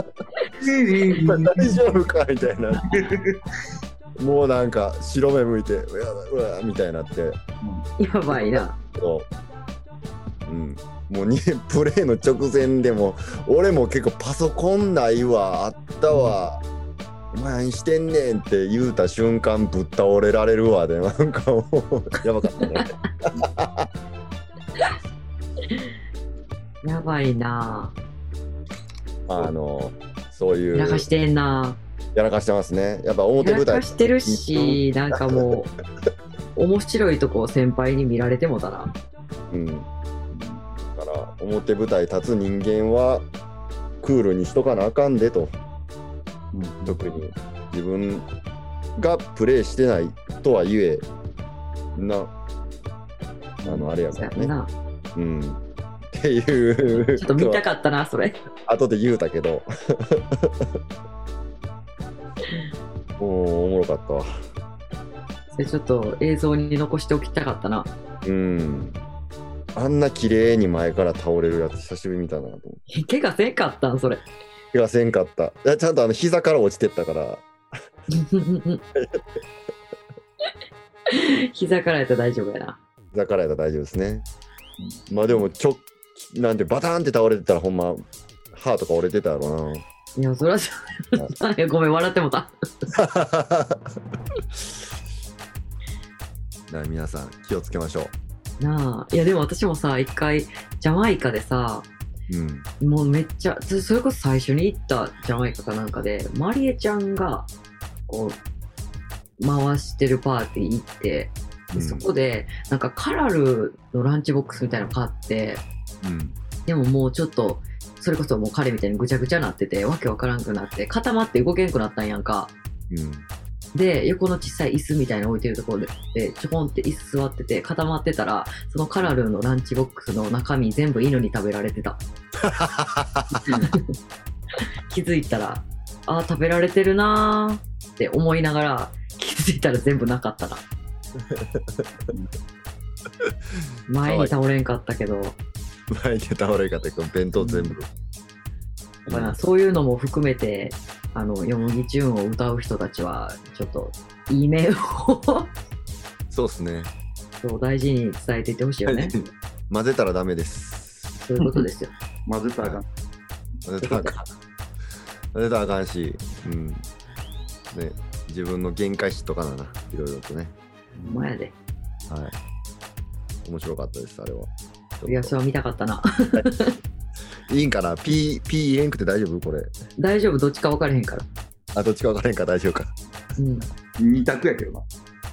大丈夫かみたいなもうなんか白目向いてうわみたいになって、 やばいな。 もうプレイの直前でも俺も結構パソコンないわあったわ、お前何してんねんって言うた瞬間ぶっ倒れられるわで、なんかもうやばかったねやばいな。 そういうやらかしてんな。 やらかしてますね。やっぱ表舞台やらかしてるし、なんかもう面白いとこ先輩に見られてもだな。 だから表舞台立つ人間はクールにしとかなあかんでと、特に自分がプレイしてないとはいえあれやからね。っていうちょっと見たかったなそれ。 後で言うたけどおもろかったわ。 それちょっと映像に残しておきたかったな。 あんな綺麗に前から倒れるやつ久しぶり見たなと思って。 怪我せんかったんそれ。 怪我せんかった。ちゃんと膝から落ちてったから膝からやったら大丈夫やな。膝からやったら大丈夫ですね。まあでもなんでバターンって倒れてたらほんま歯とか折れてたやろな。 いやそりゃそうごめん笑ってもた皆さん気をつけましょうなあ。いやでも私もさ一回ジャマイカでさ、もうめっちゃそれこそ最初に行ったジャマイカかなんかでマリエちゃんがこう回してるパーティー行って、 でそこでなんかカラルのランチボックスみたいなの買って、でももうちょっとそれこそもう彼みたいにぐちゃぐちゃなっててわけわからんくなって固まって動けんくなったんやんか。で横の小さい椅子みたいなの置いてるところでちょこんって椅子座ってて固まってたら、そのカラルのランチボックスの中身全部犬に食べられてた。気づいたらあー食べられてるなーって思いながら気づいたら全部なかったな。前に倒れんかったけど、 前に倒れんかったけど弁当全部、 だからそういうのも含めてよもぎチューンを歌う人たちはちょっといい面をそうっすね、 そう大事に伝えていってほしいよね。 混ぜたらダメです。 そういうことですよ。 混ぜたらあかん。 混ぜたらあかん。混ぜたらあかんし、ね、自分の限界知っとかな、いろいろとね。 ほんまやで。 はい。面白かったです、あれは。 いや、それは見たかったな。 いいんかな、P 入れんくて大丈夫これ。 大丈夫、どっちか分からへんから。 あ、どっちか分からへんから大丈夫か。 二択やけどな。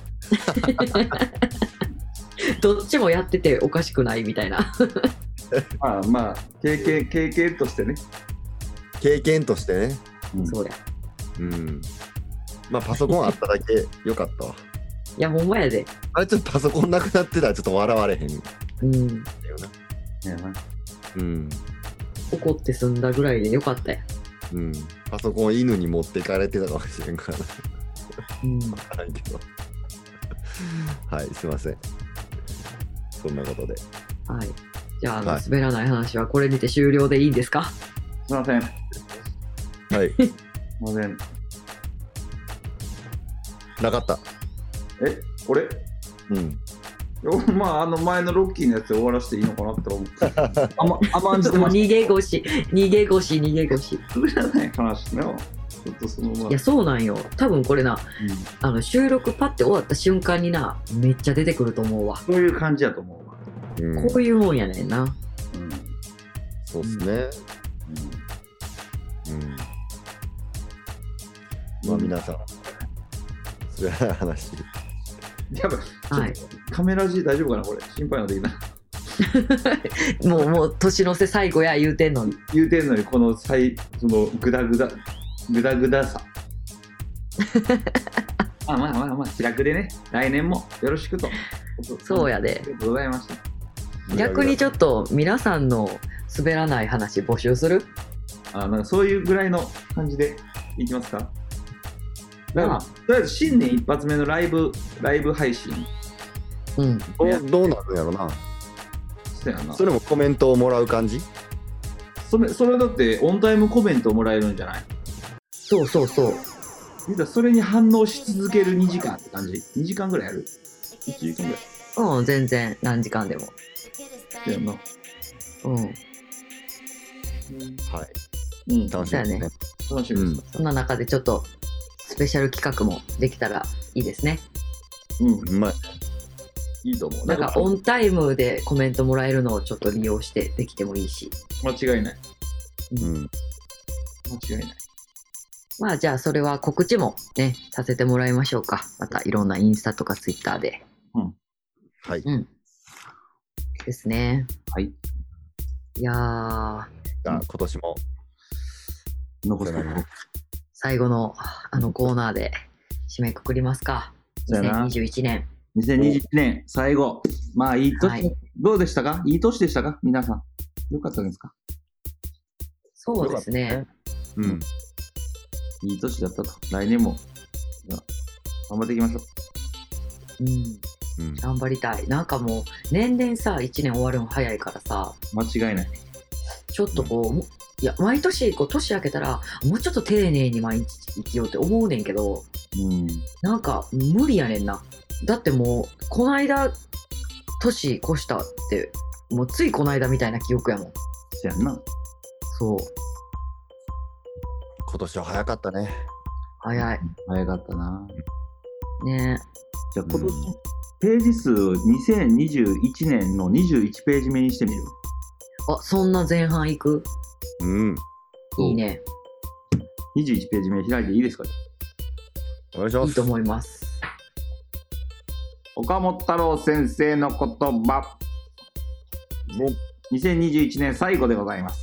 どっちもやってておかしくないみたいな。 まあ経験としてね。 経験としてね。 そうや。 まあパソコンあっただけよかったわ。 いや、ほんまやで。 あれちょっとパソコンなくなってたらちょっと笑われへん。だよな。 怒って済んだぐらいでよかったや。 パソコンを犬に持ってかれてたかもしれんからな。はいけど。はい、すいません。そんなことで。 はい。じゃあ、滑らない話はこれにて終了でいいんですか？ すいません。 はい。 すいません。 なかった。 俺？まあ前のロッキーのやつで終わらせていいのかなって思って。甘んじてました。 逃げ腰。 滑らない話ね。ちょっとそのいや、そうなんよ。多分これな、収録パッて終わった瞬間にな、めっちゃ出てくると思うわ。 そういう感じやと思うわ。 こういうもんやねんな。 そうっすね。まあ皆さん、それは話。 やばい。カメラG大丈夫かなこれ。心配なんでいいな。 もう年の瀬最後や言うてんのに。 このそのグダグダさ。まあ気楽でね、来年もよろしくと。 そうやで。 ありがとうございました。 逆にちょっと皆さんの滑らない話募集する？ なんかそういうぐらいの感じでいきますか？とりあえず新年一発目のライブ配信。 どうなるんやろな。それもコメントをもらう感じ？ それだってオンタイムコメントをもらえるんじゃない？ そう。 実はそれに反応し続ける2時間って感じ。2時間ぐらいやる？ 1 時間ぐらい。 全然何時間でも。 やんな。 はい。楽しみですね。 楽しみです。 そんな中でちょっとスペシャル企画もできたらいいですね。 うまい。 いいと思う。 なんかオンタイムでコメントもらえるのをちょっと利用してできてもいいし。 間違いない。 間違いない。 まあじゃあそれは告知もねさせてもらいましょうか。またいろんなインスタとかツイッターで。 はい。 ですね。 はい。 いやー。 じゃあ今年も残せない。 最後のコーナーで締めくくりますか。2021年。 2021年最後。まあいい年、どうでしたか？いい年でしたか？皆さん。よかったですか？ そうですね。 いい年だったと。来年も頑張っていきましょう。頑張りたい。なんかもう年々さ1年終わるの早いからさ。 間違いない。 ちょっといや毎年年明けたらもうちょっと丁寧に毎日生きようって思うねんけど、なんか無理やねんな。だってもうこないだ年越したってもうついこないだみたいな記憶やもん。 そやんな。 そう。 今年は早かったね。 早かったな。 ね。 じゃあ今年、ページ数2021年の21ページ目にしてみる？ そんな前半いく？いいね。 21ページ目開いていいですか？ お願いします。 いいと思います。 岡本太郎先生の言葉。2021年最後でございます。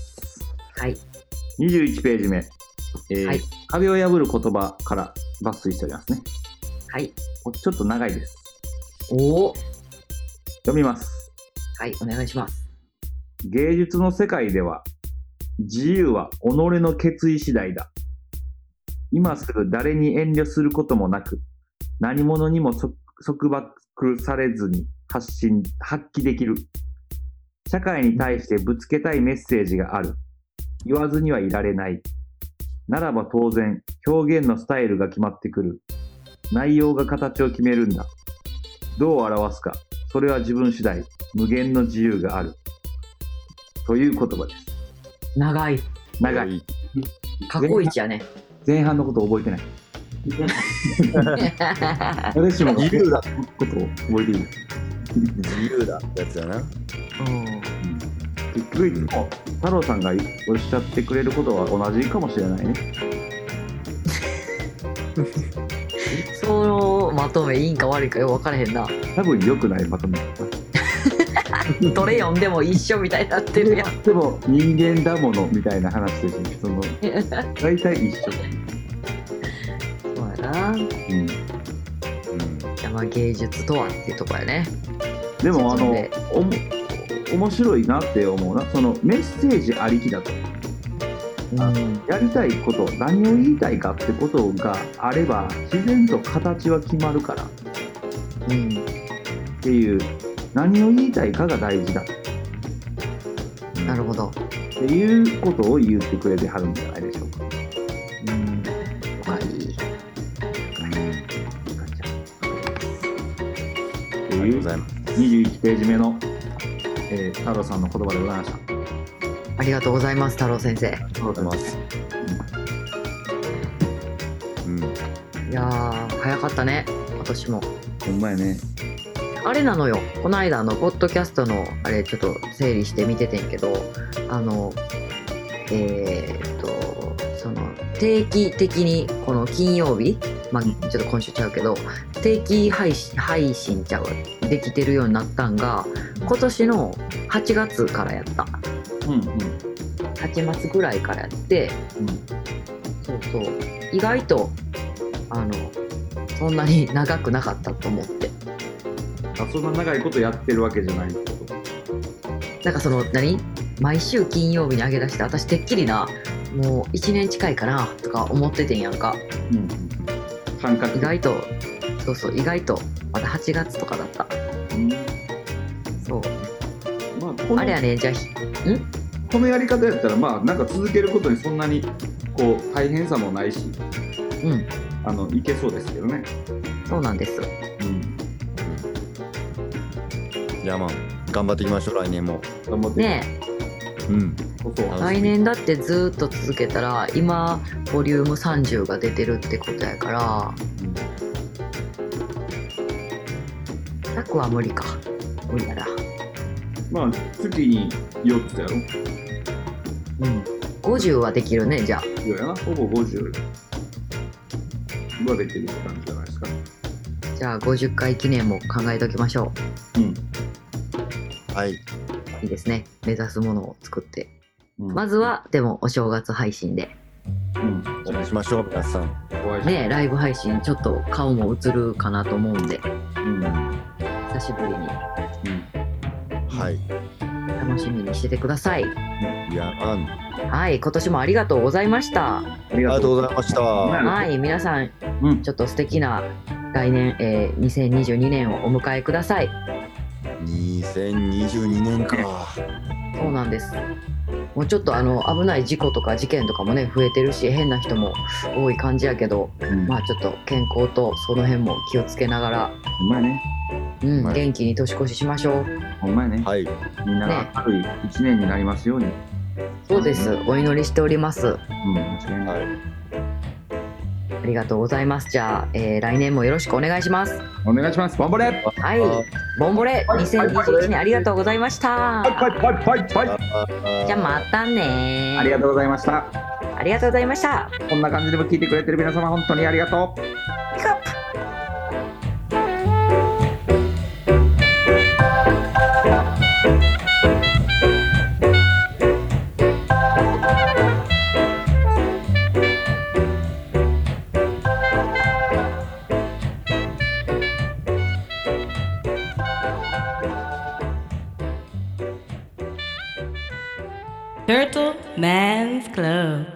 はい。 21ページ目。 はい、 壁を破る言葉から抜粋しておりますね。 はい。 ちょっと長いです。 おお。 読みます。 はい、お願いします。 芸術の世界では、自由は己の決意次第だ。今すぐ誰に遠慮することもなく、何者にも束縛されずに発揮できる。社会に対してぶつけたいメッセージがある。言わずにはいられない。ならば当然、表現のスタイルが決まってくる。内容が形を決めるんだ。どう表すか、それは自分次第。無限の自由がある。という言葉です。 長い。 長い。 過去一やね。 前半のことを覚えてない。誰しも自由だってことを覚えている。 自由だってやつやな。 結局いつも太郎さんがおっしゃってくれることは同じかもしれないね。 そのまとめいいんか悪いかよく分からへんな。 多分良くないまとめ。 どれ読んでも一緒みたいになってるやん。 でも人間だものみたいな話ですね。その大体一緒。 そうやな。じゃあまあ芸術とはっていうところやね。 でも面白いなって思うな。そのメッセージありきだと。やりたいこと、何を言いたいかってことがあれば自然と形は決まるから、っていう、何を言いたいかが大事だ。 なるほど。 っていうことを言ってくれてはるんじゃないでしょうか。 はい。 という21ページ目の、太郎さんの言葉でございました。 ありがとうございます、太郎先生。ありがとうございます。 いやー、早かったね、今年も。 ほんまやね。 あれなのよ、この間ポッドキャストのあれちょっと整理して見ててんけど、その定期的にこの金曜日、ちょっと今週ちゃうけど定期配信ちゃうできてるようになったんが今年の8月からやった。8月ぐらいからやって、そう意外とそんなに長くなかったと思って。 そんな長いことやってるわけじゃないってこと。 なんかその毎週金曜日に上げ出して、私てっきりなもう1年近いかなとか思っててんやんか。意外と意外とまだ8月とかだった。そう。あれやね、じゃあこのやり方やったらなんか続けることにそんなにこう大変さもないし、いけそうですけどね。 そうなんです。 じゃあ頑張っていきましょう。来年も頑張ってね。来年だってずっと続けたら今ボリューム30が出てるってことやから、100は無理か。無理やな。 月に4つやろ。 50はできるね。じゃあいやな、ほぼ50はできるって感じじゃないですか。 じゃあ50回記念も考えておきましょう。はい。 いいですね。目指すものを作って、まずはでもお正月配信で、 お願いしましょう皆さん。 ね、ライブ配信ちょっと顔も映るかなと思うんで、久しぶりに、 はい、 楽しみにしててください。はい、今年もありがとうございました。 ありがとうございました。 はい、皆さん、ちょっと素敵な来年、2022年をお迎えください。 2022年か。 そうなんです。もうちょっと危ない事故とか事件とかもね増えてるし、変な人も多い感じやけど、ちょっと健康とその辺も気をつけながら、元気に年越ししましょう。 ほんまやね。 はい。 みんなが明るい1年になりますように。 そうです。お祈りしております。 間違いない。 ありがとうございます。じゃあ、来年もよろしくお願いします。 お願いします。ボンボレ。 はい。ボンボレ2021年ありがとうございました。じゃあまたね。 ありがとうございました。 ありがとうございました。 こんな感じでも聞いてくれてる皆様本当にありがとう。 Turtle Man's Club.